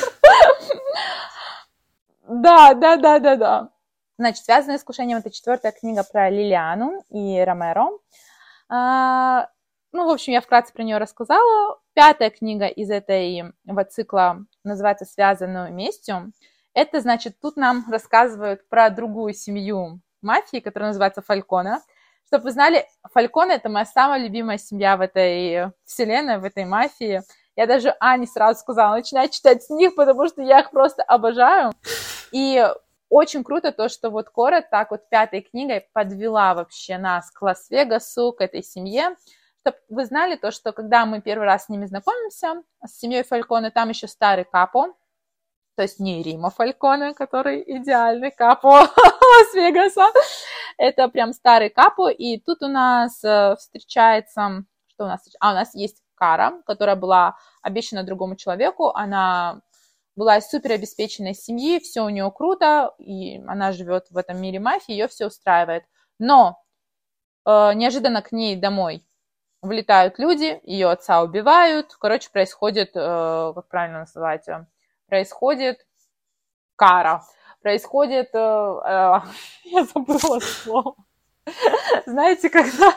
S1: Да. Значит, «Связанное искушением» — это 4-я книга про Лилиану и Ромеро. Ну, в общем, я вкратце про нее рассказала. 5-я книга из этого цикла называется «Связанную местью». Это, значит, тут нам рассказывают про другую семью мафии, которая называется Фальконе. Чтобы вы знали, Фальконе — это моя самая любимая семья в этой вселенной, в этой мафии. Я даже Ане сразу сказала, начинай читать с них, потому что я их просто обожаю. И очень круто то, что вот Кора так вот 5-й книгой подвела вообще нас к Лас-Вегасу, к этой семье. Чтобы вы знали то, что когда мы первый раз с ними знакомимся, с семьей Фальконе, там еще старый капо, то есть не Рима Фальконе, который идеальный капо Лас-Вегаса, это прям старый капо, и тут у нас встречается, что у нас? У нас есть Кара, которая была обещана другому человеку, она была из суперобеспеченной семьи, все у нее круто, и она живет в этом мире мафии, ее все устраивает. Но неожиданно к ней домой влетают люди, ее отца убивают, короче, происходит, как правильно называть, происходит кара, происходит, я забыла слово, знаете, когда...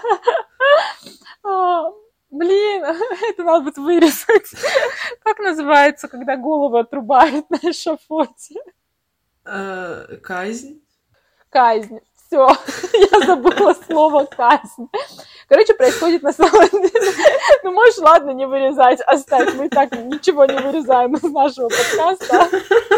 S1: Блин, это надо будет вырезать. Как называется, когда голову отрубают на эшафоте?
S2: Казнь.
S1: Казнь. Все, я забыла слово казнь. Короче, происходит на самом деле... Ну, можешь, ладно, не вырезать, оставь. Мы и так ничего не вырезаем из нашего подкаста.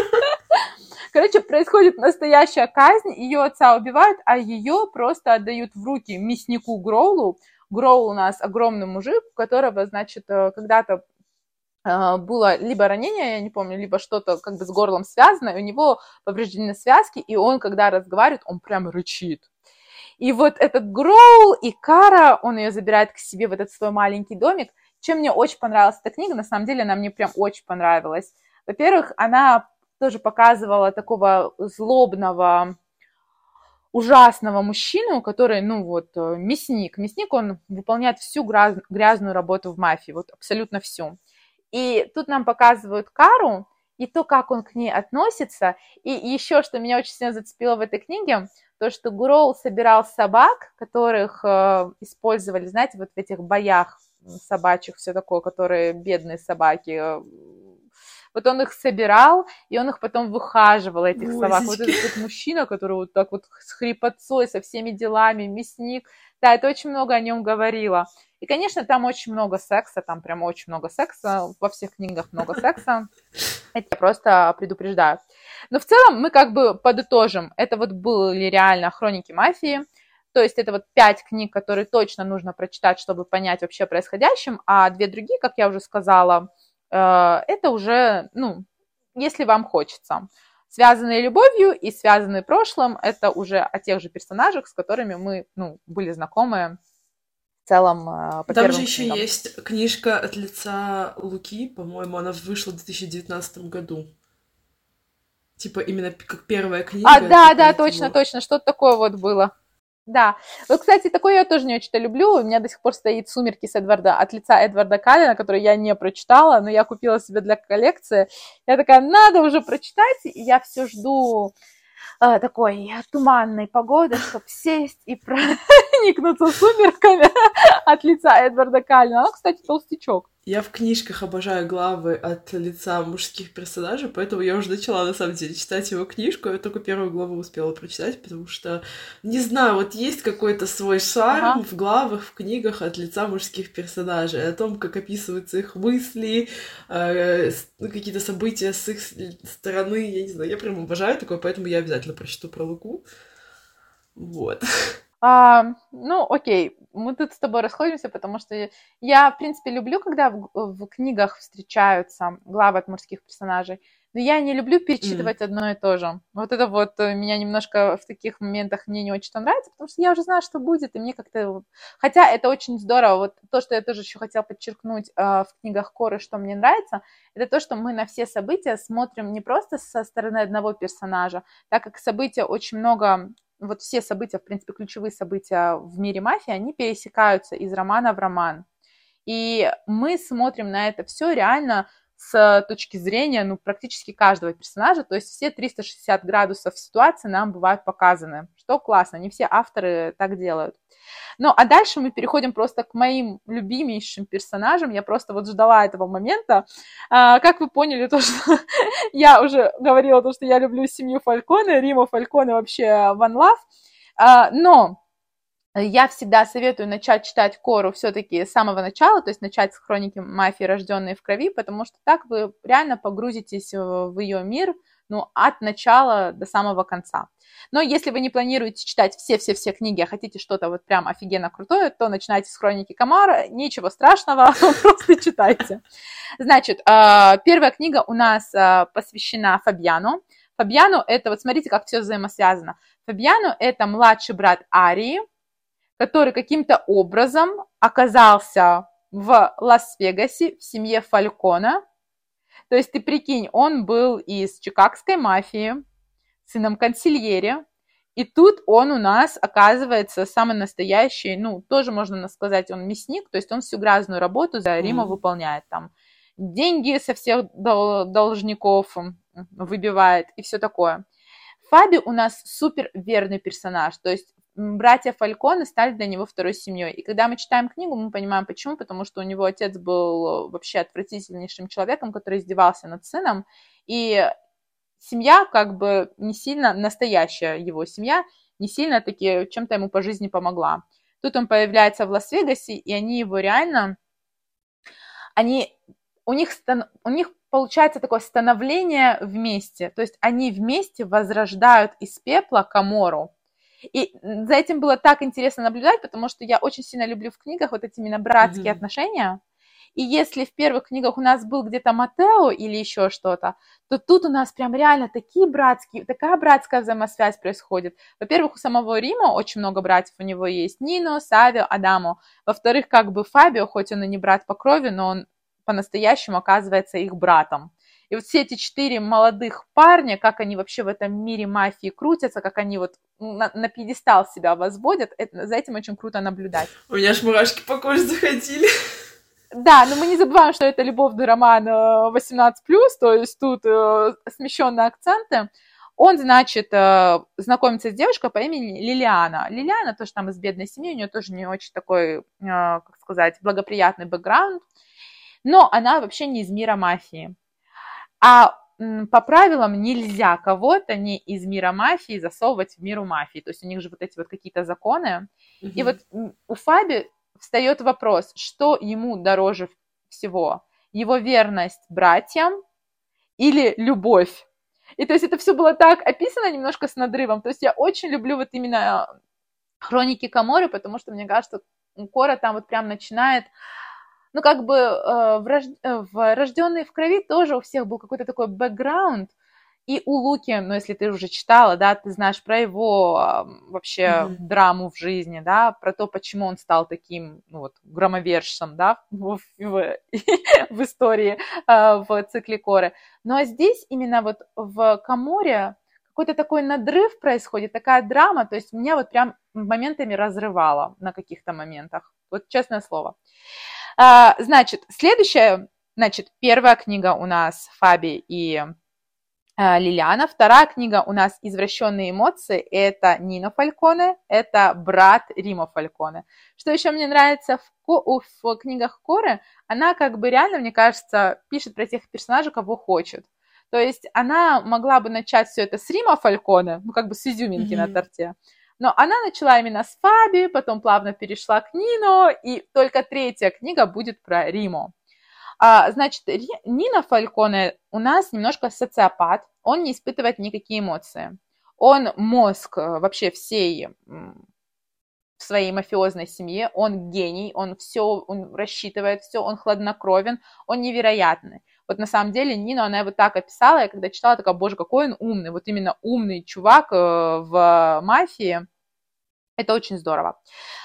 S1: Короче, происходит настоящая казнь, ее отца убивают, а ее просто отдают в руки мяснику Гроулу. Гроул у нас огромный мужик, у которого, значит, когда-то было либо ранение, я не помню, либо что-то как бы с горлом связано, и у него повреждены связки, и он, когда разговаривает, он прям рычит. И вот этот Гроул и Кара, он ее забирает к себе в этот свой маленький домик. Чем мне очень понравилась эта книга, на самом деле она мне прям очень понравилась. Во-первых, она тоже показывала такого злобного, ужасного мужчину, который, ну вот, мясник. Мясник, он выполняет всю грязную работу в мафии, вот абсолютно всю. И тут нам показывают Кару, и то, как он к ней относится. И еще, что меня очень сильно зацепило в этой книге, то, что Гроул собирал собак, которых использовали, знаете, вот в этих боях собачьих, все такое, которые бедные собаки. Вот он их собирал, и он их потом выхаживал, этих собак. Вот этот вот мужчина, который вот так вот с хрипотцой, со всеми делами, мясник. Да, это очень много о нем говорило. И, конечно, там очень много секса, там прям очень много секса, во всех книгах много секса. Это я просто предупреждаю. Но в целом мы как бы подытожим. Это вот были реально хроники мафии. То есть это вот 5 книг, которые точно нужно прочитать, чтобы понять вообще о происходящем. А 2 другие, как я уже сказала, это уже, ну, если вам хочется. Связанные любовью и связанные прошлым, это уже о тех же персонажах, с которыми мы, ну, были знакомы в целом по
S2: Там
S1: первым
S2: же еще
S1: книгам.
S2: есть книжка «От лица Луки», по-моему, она вышла в 2019 году. Типа именно как первая книга.
S1: Да, точно, что-то такое вот было. Да. Вот, кстати, такое я тоже не очень-то люблю. У меня до сих пор стоит «Сумерки» с от лица Эдварда Каллена, который я не прочитала, но я купила себе для коллекции. Я такая, надо уже прочитать, и я все жду такой туманной погоды, чтобы сесть и проникнуться сумерками от лица Эдварда Каллена. Он, кстати, толстячок.
S2: Я в книжках обожаю главы от лица мужских персонажей, поэтому я уже начала, на самом деле, читать его книжку. Я только первую главу успела прочитать, потому что, не знаю, вот есть какой-то свой шарм в главах, в книгах от лица мужских персонажей, о том, как описываются их мысли, какие-то события с их стороны, я не знаю, я прям обожаю такое, поэтому я обязательно прочту про Луку. Вот.
S1: Ну, окей, мы тут с тобой расходимся, потому что я, в принципе, люблю, когда в книгах встречаются главы от мужских персонажей, но я не люблю перечитывать одно и то же. Вот это вот меня немножко в таких моментах мне не очень нравится, потому что я уже знаю, что будет, и мне как-то... Хотя это очень здорово. Вот то, что я тоже еще хотела подчеркнуть в книгах Коры, что мне нравится, это то, что мы на все события смотрим не просто со стороны одного персонажа, так как события очень много... Вот все события, в принципе, ключевые события в мире мафии, они пересекаются из романа в роман. И мы смотрим на это все реально с точки зрения, ну, практически каждого персонажа, то есть все 360 градусов ситуации нам бывают показаны, что классно, не все авторы так делают. Ну, а дальше мы переходим просто к моим любимейшим персонажам. Я просто вот ждала этого момента. Как вы поняли, то, что я уже говорила, то, что я люблю семью Фальконе, Римо Фальконе вообще one love. Но я всегда советую начать читать Кору все-таки с самого начала, то есть начать с хроники мафии, рожденные в крови, потому что так вы реально погрузитесь в ее мир, ну, от начала до самого конца. Но если вы не планируете читать все-все-все книги, а хотите что-то вот прям офигенно крутое, то начинайте с хроники Камара, ничего страшного, просто читайте. Значит, первая книга у нас посвящена Фабиану. Фабиану это, вот смотрите, как все взаимосвязано. Фабиану это младший брат Арии, который каким-то образом оказался в Лас-Вегасе в семье Фалькона. То есть ты прикинь, он был из чикагской мафии, сыном консильери, и тут он у нас оказывается самый настоящий, ну, тоже можно сказать, он мясник, то есть он всю грязную работу за Рима выполняет, там, деньги со всех должников выбивает и все такое. Фаби у нас супер верный персонаж, то есть братья Фальконе стали для него второй семьей. И когда мы читаем книгу, мы понимаем, почему. Потому что у него отец был вообще отвратительнейшим человеком, который издевался над сыном. И семья как бы не сильно, настоящая его семья, не сильно таки чем-то ему по жизни помогла. Тут он появляется в Лас-Вегасе, и они его реально... У них получается такое становление вместе. То есть они вместе возрождают из пепла Камору. И за этим было так интересно наблюдать, потому что я очень сильно люблю в книгах вот эти именно братские отношения. И если в первых книгах у нас был где-то Матео или еще что-то, то тут у нас прям реально такая братская взаимосвязь происходит. Во-первых, у самого Рима очень много братьев, у него есть Нино, Савио, Адамо. Во-вторых, как бы Фабио, хоть он и не брат по крови, но он по-настоящему оказывается их братом. И вот все эти 4 молодых парня, как они вообще в этом мире мафии крутятся, как они вот на пьедестал себя возводят, за этим очень круто наблюдать.
S2: У меня аж мурашки по коже заходили.
S1: Да, но мы не забываем, что это любовный роман 18+, то есть тут смещенные акценты. Он, значит, знакомится с девушкой по имени Лилиана. Лилиана тоже там из бедной семьи, у нее тоже не очень такой, как сказать, благоприятный бэкграунд, но она вообще не из мира мафии. А по правилам нельзя кого-то не из мира мафии засовывать в миру мафии. То есть у них же вот эти вот какие-то законы. И вот у Фаби встает вопрос, что ему дороже всего? Его верность братьям или любовь? И то есть это все было так описано немножко с надрывом. То есть я очень люблю вот именно хроники Каморы, потому что мне кажется, Кора там вот прям начинает... Ну, как бы в «Рожденные в крови» тоже у всех был какой-то такой бэкграунд. И у Луки, ну, если ты уже читала, да, ты знаешь про его вообще драму в жизни, да, про то, почему он стал таким, ну, вот, громовержцем, да, в истории, в цикле Коры. Ну, а здесь именно вот в Каморе какой-то такой надрыв происходит, такая драма, то есть меня вот прям моментами разрывало на каких-то моментах. Вот честное слово. Значит, следующая, первая книга у нас Фаби и Лилиана. Вторая книга у нас «Извращенные эмоции». Это Нино Фальконе, это брат Римо Фальконе. Что еще мне нравится в книгах Коры, она как бы реально, мне кажется, пишет про тех персонажей, кого хочет. То есть она могла бы начать все это с Римо Фальконе, ну как бы с изюминки на торте. Но она начала именно с Фаби, потом плавно перешла к Нино, и только третья книга будет про Римо. Значит, Нино Фальконе у нас немножко социопат, он не испытывает никакие эмоции. Он мозг вообще всей в своей мафиозной семье, он гений, он рассчитывает все, он хладнокровен, он невероятный. Вот на самом деле Нино, она его так описала, я когда читала, такая, боже, какой он умный, вот именно умный чувак в мафии, это очень здорово.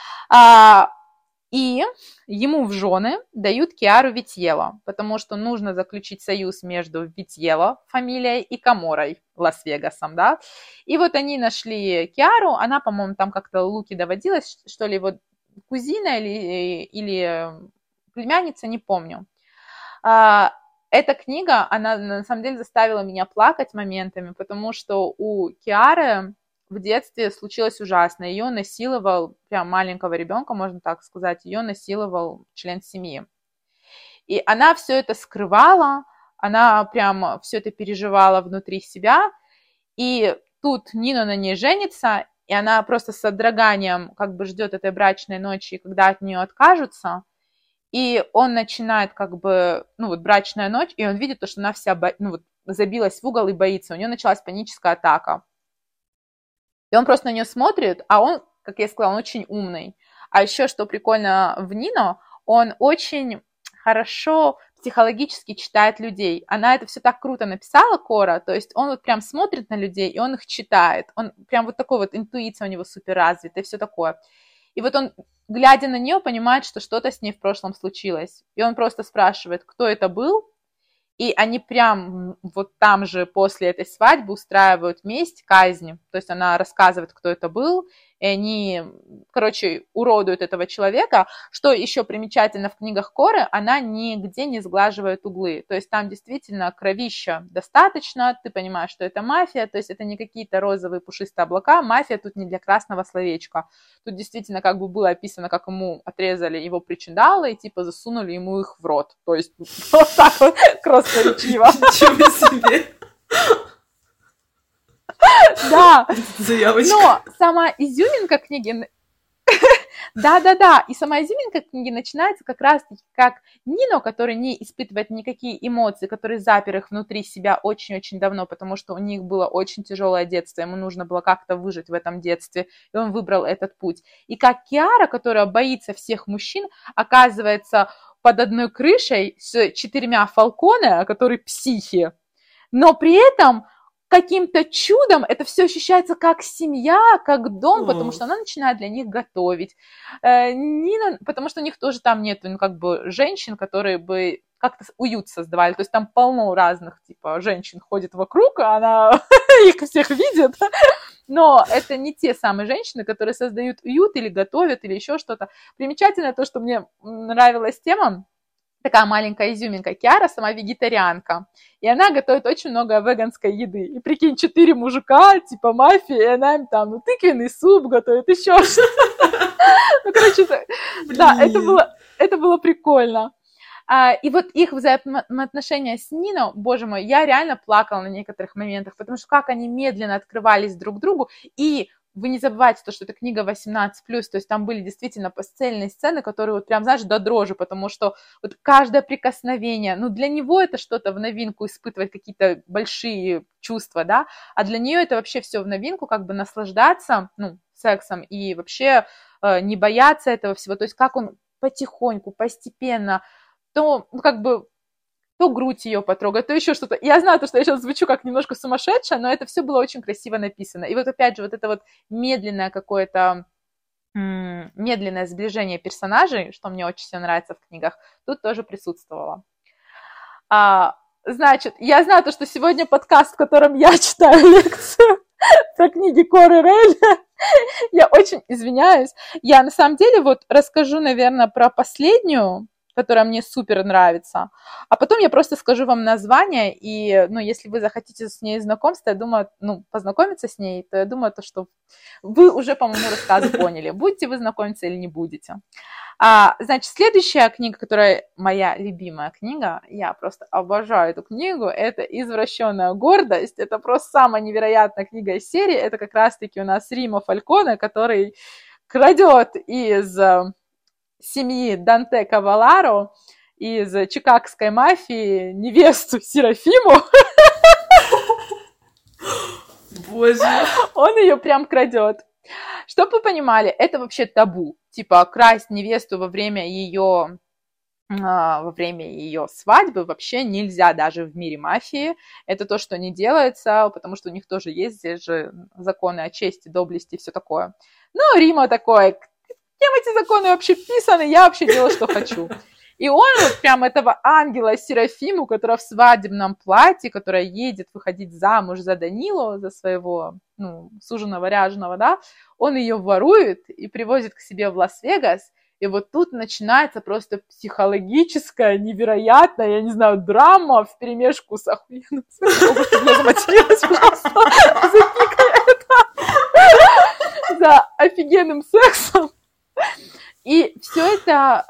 S1: И ему в жены дают Киару Витьелло, потому что нужно заключить союз между Витьелло фамилией и Каморой, Лас-Вегасом, да. И вот они нашли Киару, она, по-моему, там как-то Луки доводилась, что ли, его кузина или племянница, не помню. Эта книга, она на самом деле заставила меня плакать моментами, потому что у Киары в детстве случилось ужасно. Ее насиловал, прям маленького ребенка, можно так сказать, ее насиловал член семьи. И она все это скрывала, она прям все это переживала внутри себя. И тут Нино на ней женится, и она просто с содроганием как бы ждет этой брачной ночи, когда от нее откажутся. И он начинает как бы, ну вот брачная ночь, и он видит то, что она вся забилась в угол и боится. У нее началась паническая атака. И он просто на нее смотрит, а он, как я сказала, он очень умный. А еще, что прикольно в Нино, он очень хорошо психологически читает людей. Она это все так круто написала, Кора, то есть он вот прям смотрит на людей, и он их читает. Он прям вот такой вот, интуиция у него супер развита и все такое. И вот он, глядя на нее, понимает, что что-то с ней в прошлом случилось. И он просто спрашивает, кто это был. И они прям вот там же после этой свадьбы устраивают месть, казнь. То есть она рассказывает, кто это был, и они, короче, уродуют этого человека. Что еще примечательно в книгах Коры, она нигде не сглаживает углы. То есть там действительно кровища достаточно, ты понимаешь, что это мафия, то есть это не какие-то розовые пушистые облака, мафия тут не для красного словечка. Тут действительно как бы было описано, как ему отрезали его причиндалы и типа засунули ему их в рот. То есть вот так вот красноречиво.
S2: Ничего себе!
S1: Да,
S2: заявочка.
S1: Но сама изюминка книги... Да-да-да, и сама изюминка книги начинается как раз-таки как Нино, который не испытывает никакие эмоции, который запер их внутри себя очень-очень давно, потому что у них было очень тяжелое детство, ему нужно было как-то выжить в этом детстве, и он выбрал этот путь. И как Киара, которая боится всех мужчин, оказывается под одной крышей с 4 Фалконе, которые психи, но при этом каким-то чудом это все ощущается как семья, как дом, потому что она начинает для них готовить. Нина, потому что у них тоже там нет, ну, как бы женщин, которые бы как-то уют создавали. То есть там полно разных, типа, женщин ходит вокруг, а она их всех видит. Но это не те самые женщины, которые создают уют или готовят, или еще что-то. Примечательно то, что мне нравилась тема, такая маленькая изюминка. Киара сама вегетарианка, и она готовит очень много веганской еды. И прикинь, 4 мужика, типа мафия, и она им там, тыквенный суп готовит, еще что-то. Ну, короче, да, это было прикольно. И вот их взаимоотношения с Нино, боже мой, я реально плакала на некоторых моментах, потому что как они медленно открывались друг другу, и вы не забывайте то, что это книга 18+, то есть там были действительно постельные сцены, которые вот прям, знаешь, до дрожи, потому что вот каждое прикосновение, ну, для него это что-то в новинку, испытывать какие-то большие чувства, да, а для нее это вообще все в новинку, как бы наслаждаться, ну, сексом и вообще не бояться этого всего, то есть как он потихоньку, постепенно, то, ну, как бы, то грудь ее потрогать, то еще что-то. Я знаю, что я сейчас звучу как немножко сумасшедшая, но это все было очень красиво написано. И вот опять же, вот это вот медленное какое-то, медленное сближение персонажей, что мне очень сильно нравится в книгах, тут тоже присутствовало. Значит, я знаю, что сегодня подкаст, в котором я читаю лекцию про книги Коры Рейля. Я очень извиняюсь. Я на самом деле вот расскажу, наверное, про последнюю которая мне супер нравится. А потом я просто скажу вам название, и, ну, если вы захотите с ней знакомства, я думаю, ну, познакомиться с ней, то я думаю, то, что вы уже по моему рассказу поняли, будете вы знакомиться или не будете. Значит, следующая книга, которая моя любимая книга, я просто обожаю эту книгу, это «Извращенная гордость». Это просто самая невероятная книга из серии. Это как раз-таки у нас Римо Фальконе, который крадет из семьи Данте Каваларо, из чикагской мафии невесту Серафиму.
S2: Боже.
S1: Он ее прям крадет. Чтобы вы понимали, это вообще табу. Типа, красть невесту во время ее свадьбы вообще нельзя даже в мире мафии. Это то, что не делается, потому что у них тоже есть здесь же законы о чести, доблести и все такое. Но Рима такой, кем эти законы вообще писаны, я вообще делаю, что хочу. И он вот прям этого ангела Серафиму, которая в свадебном платье, которая едет выходить замуж за Данилу, за своего, ну, суженого ряженого, да, он ее ворует и привозит к себе в Лас-Вегас. И вот тут начинается просто психологическая, невероятная, я не знаю, драма вперемешку с охуенным сексом. Я заматерилась, пожалуйста, запикай это. За офигенным сексом. И все это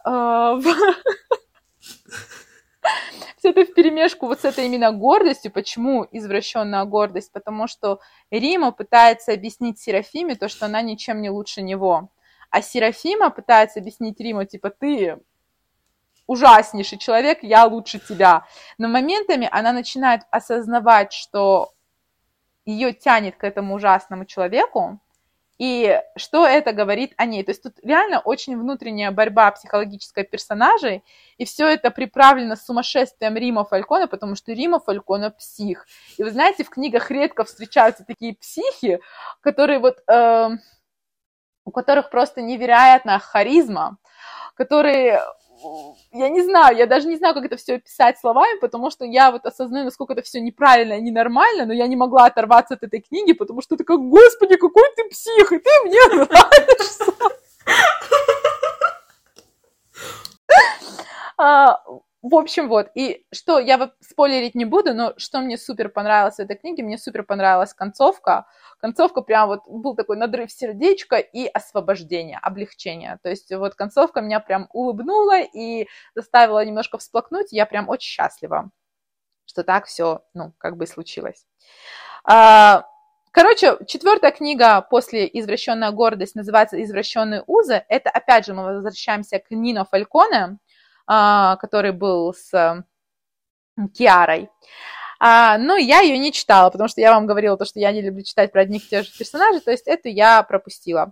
S1: вперемешку вот с этой именно гордостью. Почему извращенная гордость? Потому что Рима пытается объяснить Серафиме то, что она ничем не лучше него. А Серафима пытается объяснить Риму, типа, ты ужаснейший человек, я лучше тебя. Но моментами она начинает осознавать, что ее тянет к этому ужасному человеку, и что это говорит о ней. То есть тут реально очень внутренняя борьба психологическая персонажей, и все это приправлено сумасшествием Рима Фальконе, потому что Рима Фальконе псих. И вы знаете, в книгах редко встречаются такие психи, которые вот, у которых просто невероятная харизма, которые... Я не знаю, я даже не знаю, как это все описать словами, потому что я вот осознаю, насколько это все неправильно и ненормально, но я не могла оторваться от этой книги, потому что это как, господи, какой ты псих, и ты мне нравишься. В общем, вот, и что, я спойлерить не буду, но что мне супер понравилось в этой книге, мне супер понравилась концовка. Концовка прям вот был такой надрыв сердечка и освобождение, облегчение. То есть вот концовка меня прям улыбнула и заставила немножко всплакнуть. Я прям очень счастлива, что так все, ну, как бы случилось. Короче, 4-я книга после «Извращенная гордость» называется «Извращенные узы». Это, опять же, мы возвращаемся к Нино Фальконе, который был с Киарой. Но я ее не читала, потому что я вам говорила, то, что я не люблю читать про одних и тех же персонажей, то есть эту я пропустила.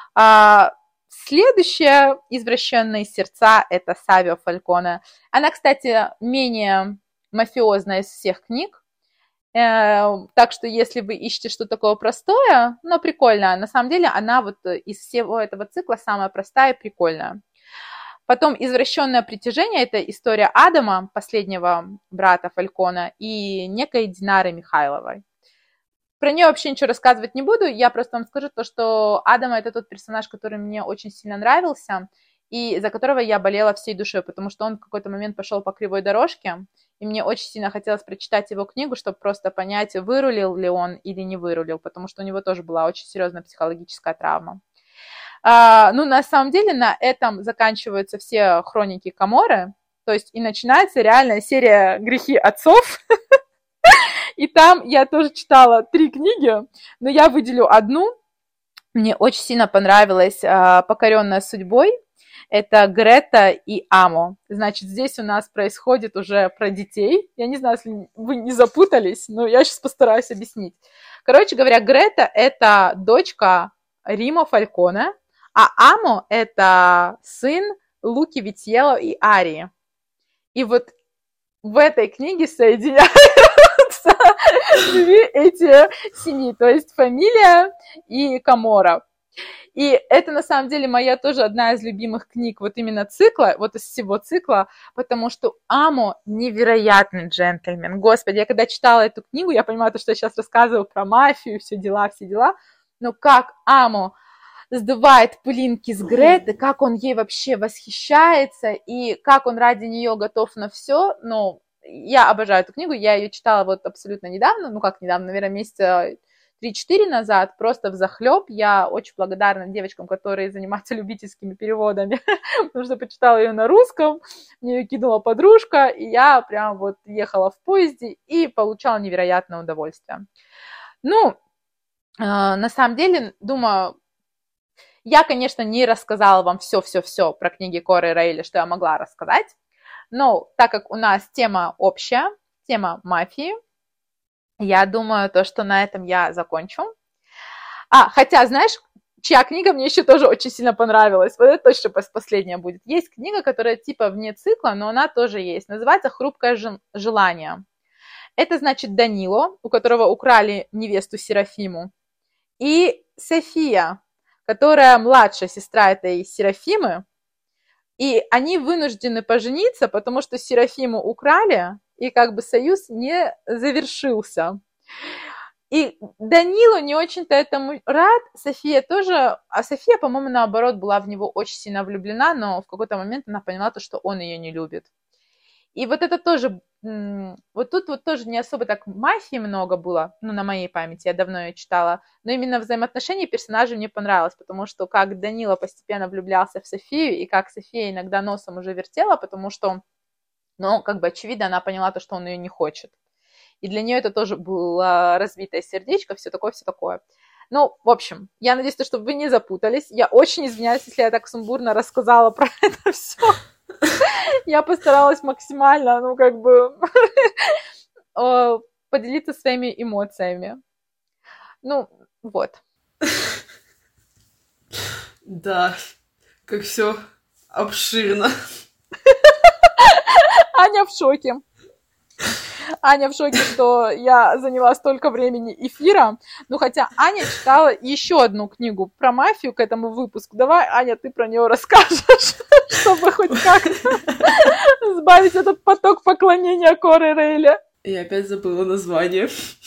S1: Следующая «Извращенные сердца» — это Савио Фальконе. Она, кстати, менее мафиозная из всех книг, так что если вы ищете что-то такое простое, но прикольное, на самом деле она вот из всего этого цикла самая простая и прикольная. Потом «Извращенное притяжение» — это история Адама, последнего брата Фалькона, и некой Динары Михайловой. Про нее вообще ничего рассказывать не буду, я просто вам скажу то, что Адама — это тот персонаж, который мне очень сильно нравился, и за которого я болела всей душой, потому что он в какой-то момент пошел по кривой дорожке, и мне очень сильно хотелось прочитать его книгу, чтобы просто понять, вырулил ли он или не вырулил, потому что у него тоже была очень серьезная психологическая травма. Ну, на самом деле, на этом заканчиваются все хроники Каморры, то есть и начинается реальная серия «Грехи отцов», и там я тоже читала 3 книги, но я выделю одну, мне очень сильно понравилась «Покоренная судьбой», это Грета и Амо. Значит, здесь у нас происходит уже про детей, я не знаю, если вы не запутались, но я сейчас постараюсь объяснить. Короче говоря, Грета — это дочка Римо Фальконе, а Амо — это сын Луки Витьелло и Арии. И вот в этой книге соединяются 2 эти семьи, то есть фамилия и Каморра. И это, на самом деле, моя тоже одна из любимых книг вот именно цикла, вот из всего цикла, потому что Амо невероятный джентльмен. Господи, я когда читала эту книгу, я понимаю, что я сейчас рассказываю про мафию, все дела, но как Амо сдувает пылинки с Греты, как он ей вообще восхищается, и как он ради нее готов на все. Ну, я обожаю эту книгу, я ее читала вот абсолютно недавно, ну как недавно, наверное, месяца 3-4 назад, просто взахлеб. Я очень благодарна девочкам, которые занимаются любительскими переводами, потому что почитала ее на русском, мне ее кинула подружка, и я прям вот ехала в поезде и получала невероятное удовольствие. Ну, на самом деле, думаю, я, конечно, не рассказала вам все про книги Коры Рейли, что я могла рассказать, но так как у нас тема общая, тема мафии, я думаю, то, что на этом я закончу. Хотя, знаешь, чья книга мне еще тоже очень сильно понравилась, вот это точно последняя будет. Есть книга, которая типа вне цикла, но она тоже есть, называется «Хрупкое желание». Это, значит, Данило, у которого украли невесту Серафиму, и София, которая младшая сестра этой Серафимы, и они вынуждены пожениться, потому что Серафиму украли, и как бы союз не завершился. И Данилу не очень-то этому рад, София тоже, а София, по-моему, наоборот, была в него очень сильно влюблена, но в какой-то момент она поняла то, что он ее не любит. И вот это тоже, вот тут вот тоже не особо так мафии много было, ну, на моей памяти, я давно ее читала, но именно взаимоотношения персонажей мне понравилось, потому что как Данила постепенно влюблялся в Софию, и как София иногда носом уже вертела, потому что, ну, как бы очевидно, она поняла то, что он ее не хочет. И для нее это тоже было разбитое сердечко, все такое, все такое. Ну, в общем, я надеюсь, что вы не запутались. Я очень извиняюсь, если я так сумбурно рассказала про это все. Я постаралась максимально, ну, как бы, поделиться своими эмоциями. Ну, вот.
S2: Да, как все обширно.
S1: Аня в шоке. Аня в шоке, что я заняла столько времени эфира. Ну, хотя Аня читала еще одну книгу про мафию к этому выпуску. Давай, Аня, ты про нее расскажешь, чтобы хоть как-то сбавить этот поток поклонения Коры Рейли.
S2: Я опять забыла название.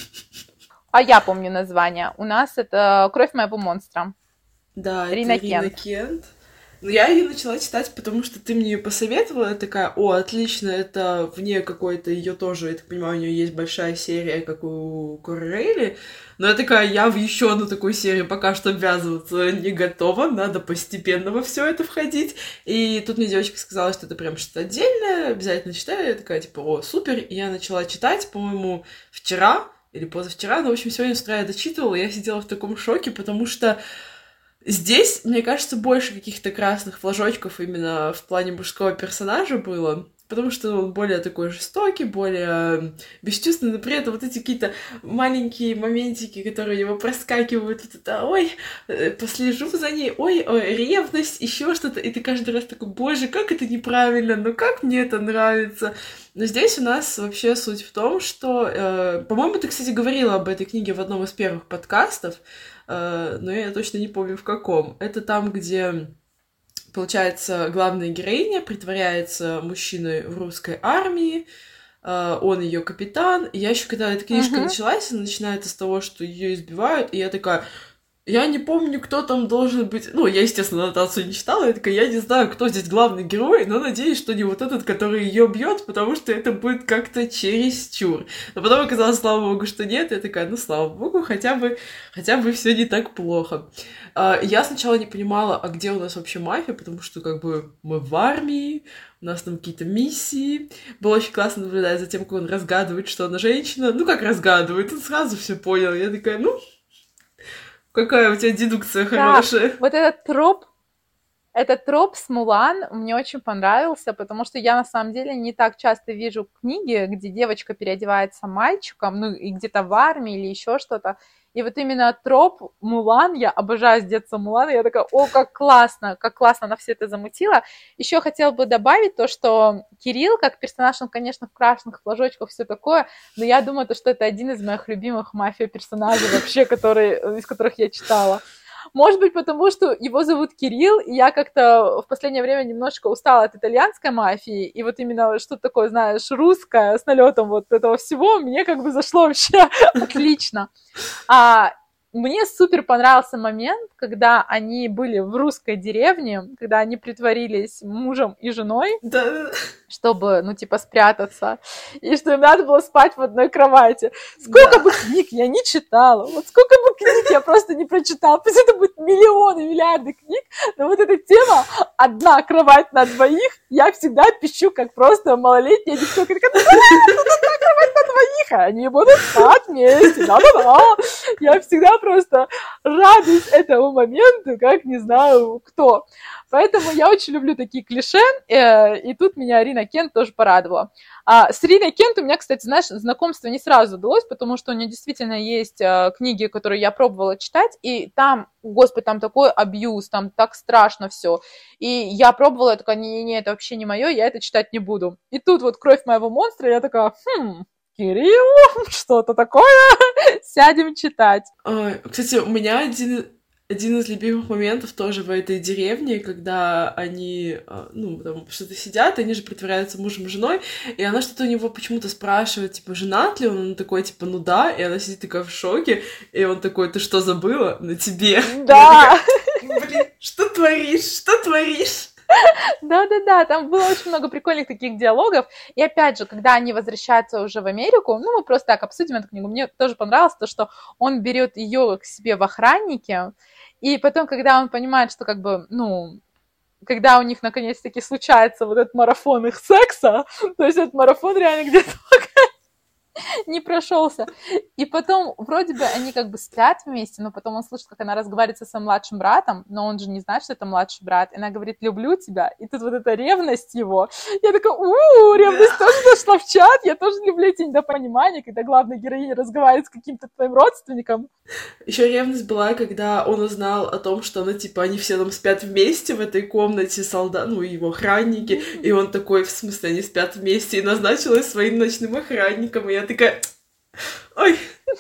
S1: А я помню название. У нас это «Кровь моего монстра».
S2: Да,
S1: Рина
S2: это Рина Кент. Но я ее начала читать, потому что ты мне ее посоветовала. Я такая, отлично, это вне какой-то ее тоже, я так понимаю, у нее есть большая серия, как у Коры Рейли. Но я такая, я в еще одну такую серию пока что ввязываться не готова, надо постепенно во все это входить. И тут мне девочка сказала, что это прям что-то отдельное, обязательно читаю. Я такая, типа, супер. И я начала читать, по-моему, вчера или позавчера, но, в общем, сегодня с утра я дочитывала, и я сидела в таком шоке, потому что здесь, мне кажется, больше каких-то красных флажочков именно в плане мужского персонажа было, потому что он более такой жестокий, более бесчувственный, но при этом вот эти какие-то маленькие моментики, которые у него проскакивают, вот это, ой, послежу за ней, ой, ревность, еще что-то, и ты каждый раз такой, боже, как это неправильно, но как мне это нравится. Но здесь у нас вообще суть в том, что, по-моему, ты, кстати, говорила об этой книге в одном из первых подкастов, но я точно не помню в каком. Это там, где, получается, главная героиня притворяется мужчиной в русской армии, он ее капитан. И я еще, когда эта книжка началась, она начинается с того, что ее избивают, и я такая... Я не помню, кто там должен быть... Ну, я, естественно, аннотацию не читала, я такая, я не знаю, кто здесь главный герой, но надеюсь, что не вот этот, который ее бьет, потому что это будет как-то чересчур. Но потом оказалось, слава богу, что нет, я такая, ну, слава богу, хотя бы все не так плохо. Я сначала не понимала, а где у нас вообще мафия, потому что, как бы, мы в армии, у нас там какие-то миссии. Было очень классно наблюдать за тем, как он разгадывает, что она женщина. Ну, как разгадывает, он сразу все понял. Я такая, ну... Какая у тебя дедукция хорошая.
S1: Да, вот этот троп с Мулан мне очень понравился, потому что я на самом деле не так часто вижу книги, где девочка переодевается мальчиком, ну и где-то в армии или еще что-то. И вот именно троп Мулан, я обожаю с детства Мулан, я такая, как классно она все это замутила. Еще хотела бы добавить то, что Кирилл, как персонаж, он, конечно, в красных флажочках, все такое, но я думаю, что это один из моих любимых мафия-персонажей вообще, из которых я читала. Может быть, потому что его зовут Кирилл, и я как-то в последнее время немножко устала от итальянской мафии, и вот именно что-то такое, знаешь, русское, с налетом вот этого всего, мне как бы зашло вообще отлично. мне супер понравился момент, когда они были в русской деревне, когда они притворились мужем и женой,
S2: Да,
S1: чтобы, ну, типа, спрятаться, и что им надо было спать в одной кровати. Сколько
S2: да.
S1: бы книг я не читала, вот сколько бы книг я просто не прочитала, пусть это будет миллионы, миллиарды книг, но вот эта тема «одна кровать на двоих», я всегда пищу, как просто малолетняя девчонка, такая: «Тут одна кровать на двоих, а они будут спать вместе, да-да-да». Я всегда просто радуюсь этому моменту, как не знаю кто. Поэтому я очень люблю такие клише, и тут меня Рина Кент тоже порадовала. С Риной Кент у меня, кстати, знаешь, знакомство не сразу удалось, потому что у нее действительно есть книги, которые я пробовала читать, и там, господи, там такой абьюз, там так страшно все. И я пробовала, я такая: не-не-не, это вообще не мое, я это читать не буду. И тут вот «Кровь моего монстра», я такая: Кирилл, что-то такое, сядем читать.
S2: Кстати, у меня один из любимых моментов тоже в этой деревне, когда они, ну, там что-то сидят, они же притворяются мужем и женой, и она что-то у него почему-то спрашивает, типа, женат ли он? Он такой, типа, ну да, и она сидит такая в шоке, и он такой: ты что, забыла? На тебе.
S1: Да.
S2: Блин, что творишь? Что творишь?
S1: Да-да-да, там было очень много прикольных таких диалогов. И опять же, когда они возвращаются уже в Америку, ну, мы просто так обсудим эту книгу. Мне тоже понравилось то, что он берет ее к себе в охранники, и потом, когда он понимает, что как бы, ну, когда у них наконец-таки случается вот этот марафон их секса, то есть этот марафон реально где-то не прошелся. И потом вроде бы они как бы спят вместе, но потом он слышит, как она разговаривает со своим младшим братом, но он же не знает, что это младший брат. И она говорит: люблю тебя. И тут вот эта ревность его. Я такая: ревность тоже зашла в чат. Я тоже люблю эти недопонимания, когда главная героиня разговаривает с каким-то твоим родственником.
S2: Еще ревность была, когда он узнал о том, что, ну, типа, они все там спят вместе в этой комнате, солдат, ну, его охранники, и он такой: в смысле, они спят вместе, и назначил их своим ночным охранником, и я такая: ой.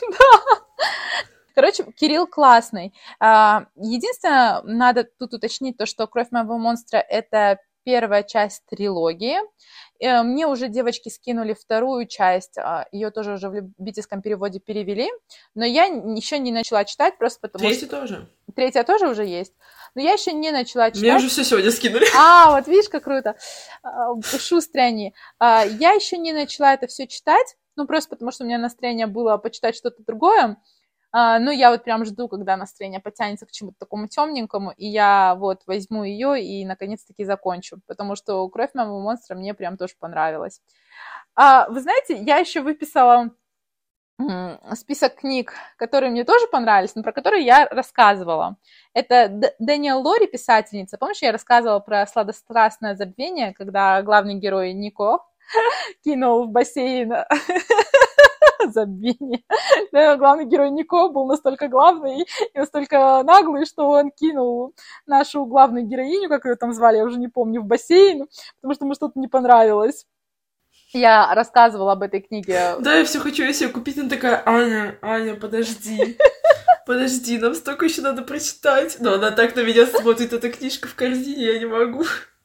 S1: Короче, Кирилл классный. Единственное, надо тут уточнить то, что «Кровь моего монстра» — это первая часть трилогии. Мне уже девочки скинули вторую часть, ее тоже уже в любительском переводе перевели, но я еще не начала читать, просто потому
S2: Третью
S1: что...
S2: тоже.
S1: Третья тоже уже есть, но я еще не начала читать.
S2: Мне уже все сегодня скинули.
S1: Вот видишь, как круто. Шустрые они. Я еще не начала это все читать, ну просто потому что у меня настроение было почитать что-то другое. Ну, я вот прям жду, когда настроение потянется к чему-то такому темненькому, и я вот возьму ее и наконец-таки закончу, потому что «Кровь моего монстра» мне прям тоже понравилась. Вы знаете, я еще выписала список книг, которые мне тоже понравились, но про которые я рассказывала. Это Дэниел Лори, писательница. Помнишь, я рассказывала про «Сладострастное забвение», когда главный герой Нико кинул в бассейн забвение. Главный герой Нико был настолько главный и настолько наглый, что он кинул нашу главную героиню, как ее там звали, я уже не помню, в бассейн, потому что ему что-то не понравилось. Я рассказывала об этой книге.
S2: Да, я все хочу ее себе купить, она такая: Аня, подожди. Подожди, нам столько еще надо прочитать. Но она так на меня смотрит, эта книжка в корзине, я не могу.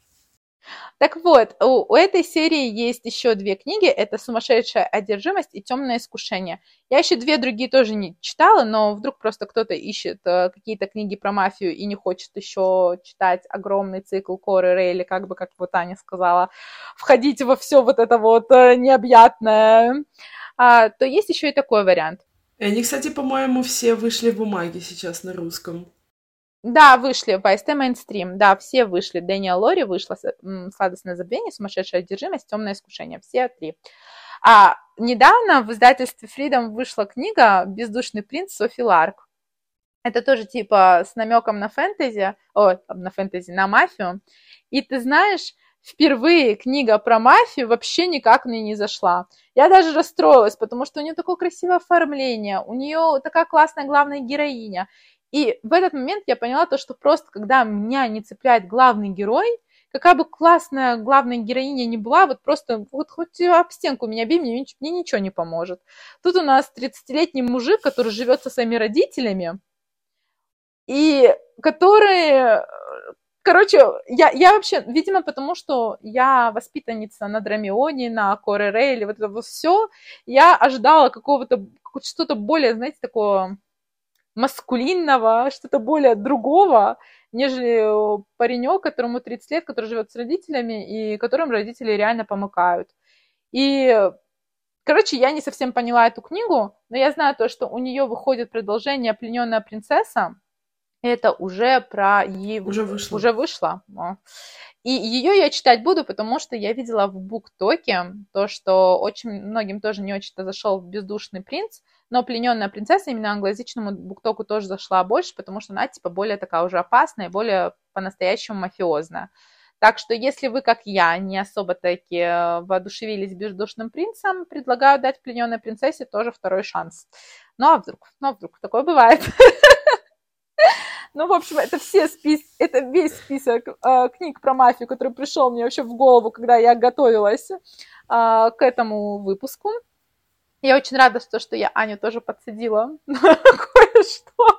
S1: Так вот, у этой серии есть еще 2 книги. Это «Сумасшедшая одержимость» и «Темное искушение». Я еще 2 другие тоже не читала, но вдруг просто кто-то ищет какие-то книги про мафию и не хочет еще читать огромный цикл Коры Рейли, как вот Аня сказала, входить во все вот это вот необъятное, то есть еще и такой вариант.
S2: И они, кстати, по-моему, все вышли в бумаге сейчас на русском.
S1: Да, вышли в АСТ Мейнстрим, да, все вышли. Дэниел Лори вышла «Сладостное забвение», «Сумасшедшая одержимость», «Темное искушение», все 3. Недавно в издательстве Freedom вышла книга «Бездушный принц» Софи Ларк. Это тоже типа с намеком на фэнтези, на мафию. И ты знаешь, впервые книга про мафию вообще никак мне не зашла. Я даже расстроилась, потому что у нее такое красивое оформление, у нее такая классная главная героиня. И в этот момент я поняла то, что просто когда меня не цепляет главный герой, какая бы классная главная героиня ни была, вот просто вот хоть об стенку меня бей, мне ничего не поможет. Тут у нас 30-летний мужик, который живет со своими родителями, и который... Короче, я вообще, видимо, потому что я воспитанница на Драмионе, на Коре Рейле, вот это вот все, я ожидала какого-то, что-то более, знаете, такого маскулинного, что-то более другого, нежели паренек, которому 30 лет, который живет с родителями и которым родители реально помыкают. И, короче, я не совсем поняла эту книгу, но я знаю то, что у нее выходит продолжение «Плененная принцесса». Это уже про...
S2: Уже
S1: вышло. И ее я читать буду, потому что я видела в BookTok то, что очень многим тоже не очень-то зашел «Бездушный принц», но «Плененная принцесса» именно англоязычному BookTok тоже зашла больше, потому что она типа более такая уже опасная, более по-настоящему мафиозная. Так что если вы, как я, не особо-таки воодушевились «Бездушным принцем», предлагаю дать «Плененной принцессе» тоже второй шанс. Ну а вдруг такое бывает. Ну, в общем, это весь список книг про мафию, который пришел мне вообще в голову, когда я готовилась к этому выпуску. Я очень рада, что я Аню тоже подсадила на кое-что.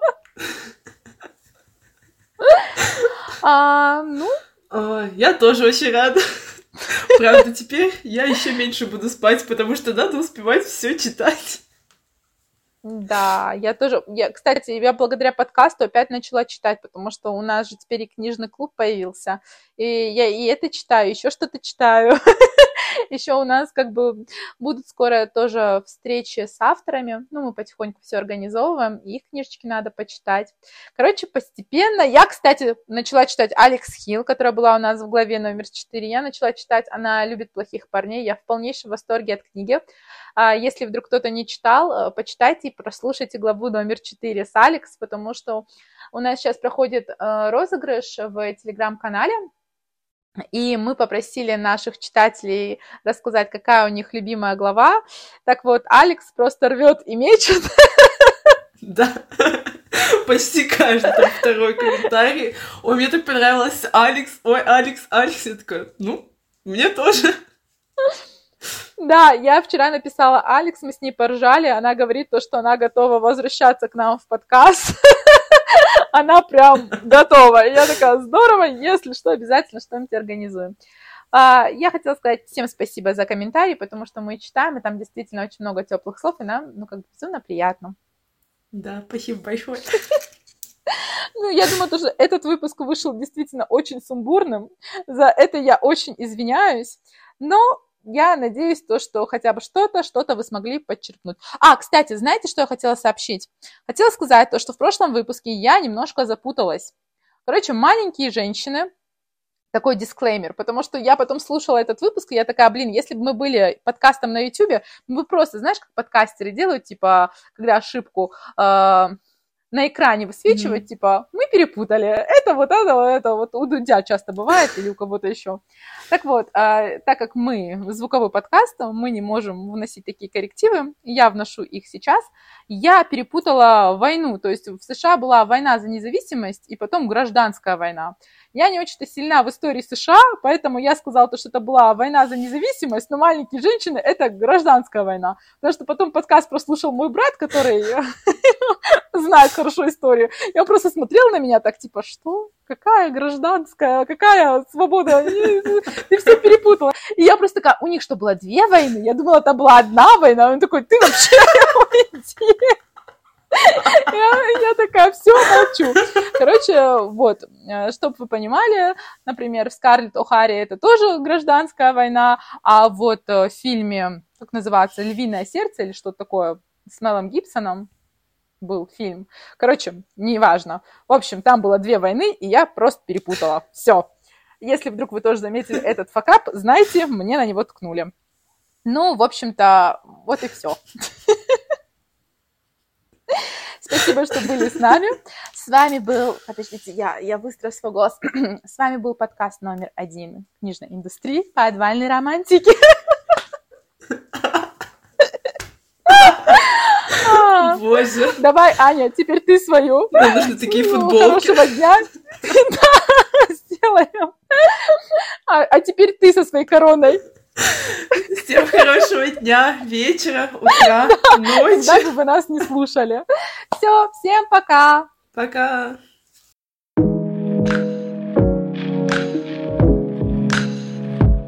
S2: Я тоже очень рада. Правда, теперь я еще меньше буду спать, потому что надо успевать все читать.
S1: Да, я тоже. Кстати, я благодаря подкасту опять начала читать, потому что у нас же теперь и книжный клуб появился. И я и это читаю, еще что-то читаю. Еще у нас как бы будут скоро тоже встречи с авторами. Ну, мы потихоньку все организовываем, и их книжечки надо почитать. Короче, постепенно. Я, кстати, начала читать Алекс Хилл, которая была у нас в главе номер 4. Я начала читать «Она любит плохих парней». Я в полнейшем восторге от книги. Если вдруг кто-то не читал, почитайте и прослушайте главу номер 4 с Алекс, потому что у нас сейчас проходит розыгрыш в Телеграм-канале, и мы попросили наших читателей рассказать, какая у них любимая глава. Так вот, Алекс просто рвет и мечет.
S2: Да, почти каждый там второй комментарий. Ой, мне так понравилось Алекс. Ой, Алекс. Я такая, мне тоже.
S1: Да, я вчера написала Алекс, мы с ней поржали, она говорит то, что она готова возвращаться к нам в подкаст. Она прям готова. И я такая, здорово, если что, обязательно что-нибудь организуем. Я хотела сказать всем спасибо за комментарии, потому что мы читаем, и там действительно очень много теплых слов, и нам, безумно приятно.
S2: Да, спасибо большое.
S1: Я думаю, что этот выпуск вышел действительно очень сумбурным. За это я очень извиняюсь. Но я надеюсь, что хотя бы что-то вы смогли подчеркнуть. Кстати, знаете, что я хотела сообщить? Хотела сказать то, что в прошлом выпуске я немножко запуталась. Короче, маленькие женщины, такой дисклеймер, потому что я потом слушала этот выпуск, и я такая, если бы мы были подкастом на YouTube, мы бы просто, знаешь, как подкастеры делают, типа, когда ошибку на экране высвечивать, типа, мы перепутали, это вот у Дудя часто бывает, или у кого-то еще. Так вот, так как мы звуковой подкаст, мы не можем вносить такие коррективы, я вношу их сейчас, я перепутала войну, то есть в США была война за независимость, и потом гражданская война. Я не очень-то сильна в истории США, поэтому я сказала, что это была война за независимость, но маленькие женщины – это гражданская война. Потому что потом подкаст прослушал мой брат, который знает хорошо историю. И он просто смотрел на меня так, типа, что? Какая гражданская? Какая свобода? Ты все перепутала. И я просто такая, у них что, было 2 войны? Я думала, это была 1 война. Он такой, ты вообще уйди. Я такая, все, молчу. Короче, вот, чтобы вы понимали, например, Скарлетт О'Хара это тоже гражданская война, а вот в фильме, как называется, «Львиное сердце» или что-то такое, с Мелом Гибсоном был фильм. Короче, неважно. В общем, там было 2 войны, и я просто перепутала. Все. Если вдруг вы тоже заметили этот факап, знайте, мне на него ткнули. В общем-то, вот и все. Спасибо, что были с нами. С вами был... Подождите, я выстрою свой голос. С вами был подкаст номер 1 книжной индустрии «Подвальной романтики».
S2: Боже.
S1: Давай, Аня, теперь ты свою.
S2: Нам нужны такие футболки.
S1: Хорошего дня. Да, сделаем. А теперь ты со своей короной.
S2: Всем хорошего дня, вечера, утра, ночи.
S1: Когда бы вы нас не слушали. Все, всем пока.
S2: Пока.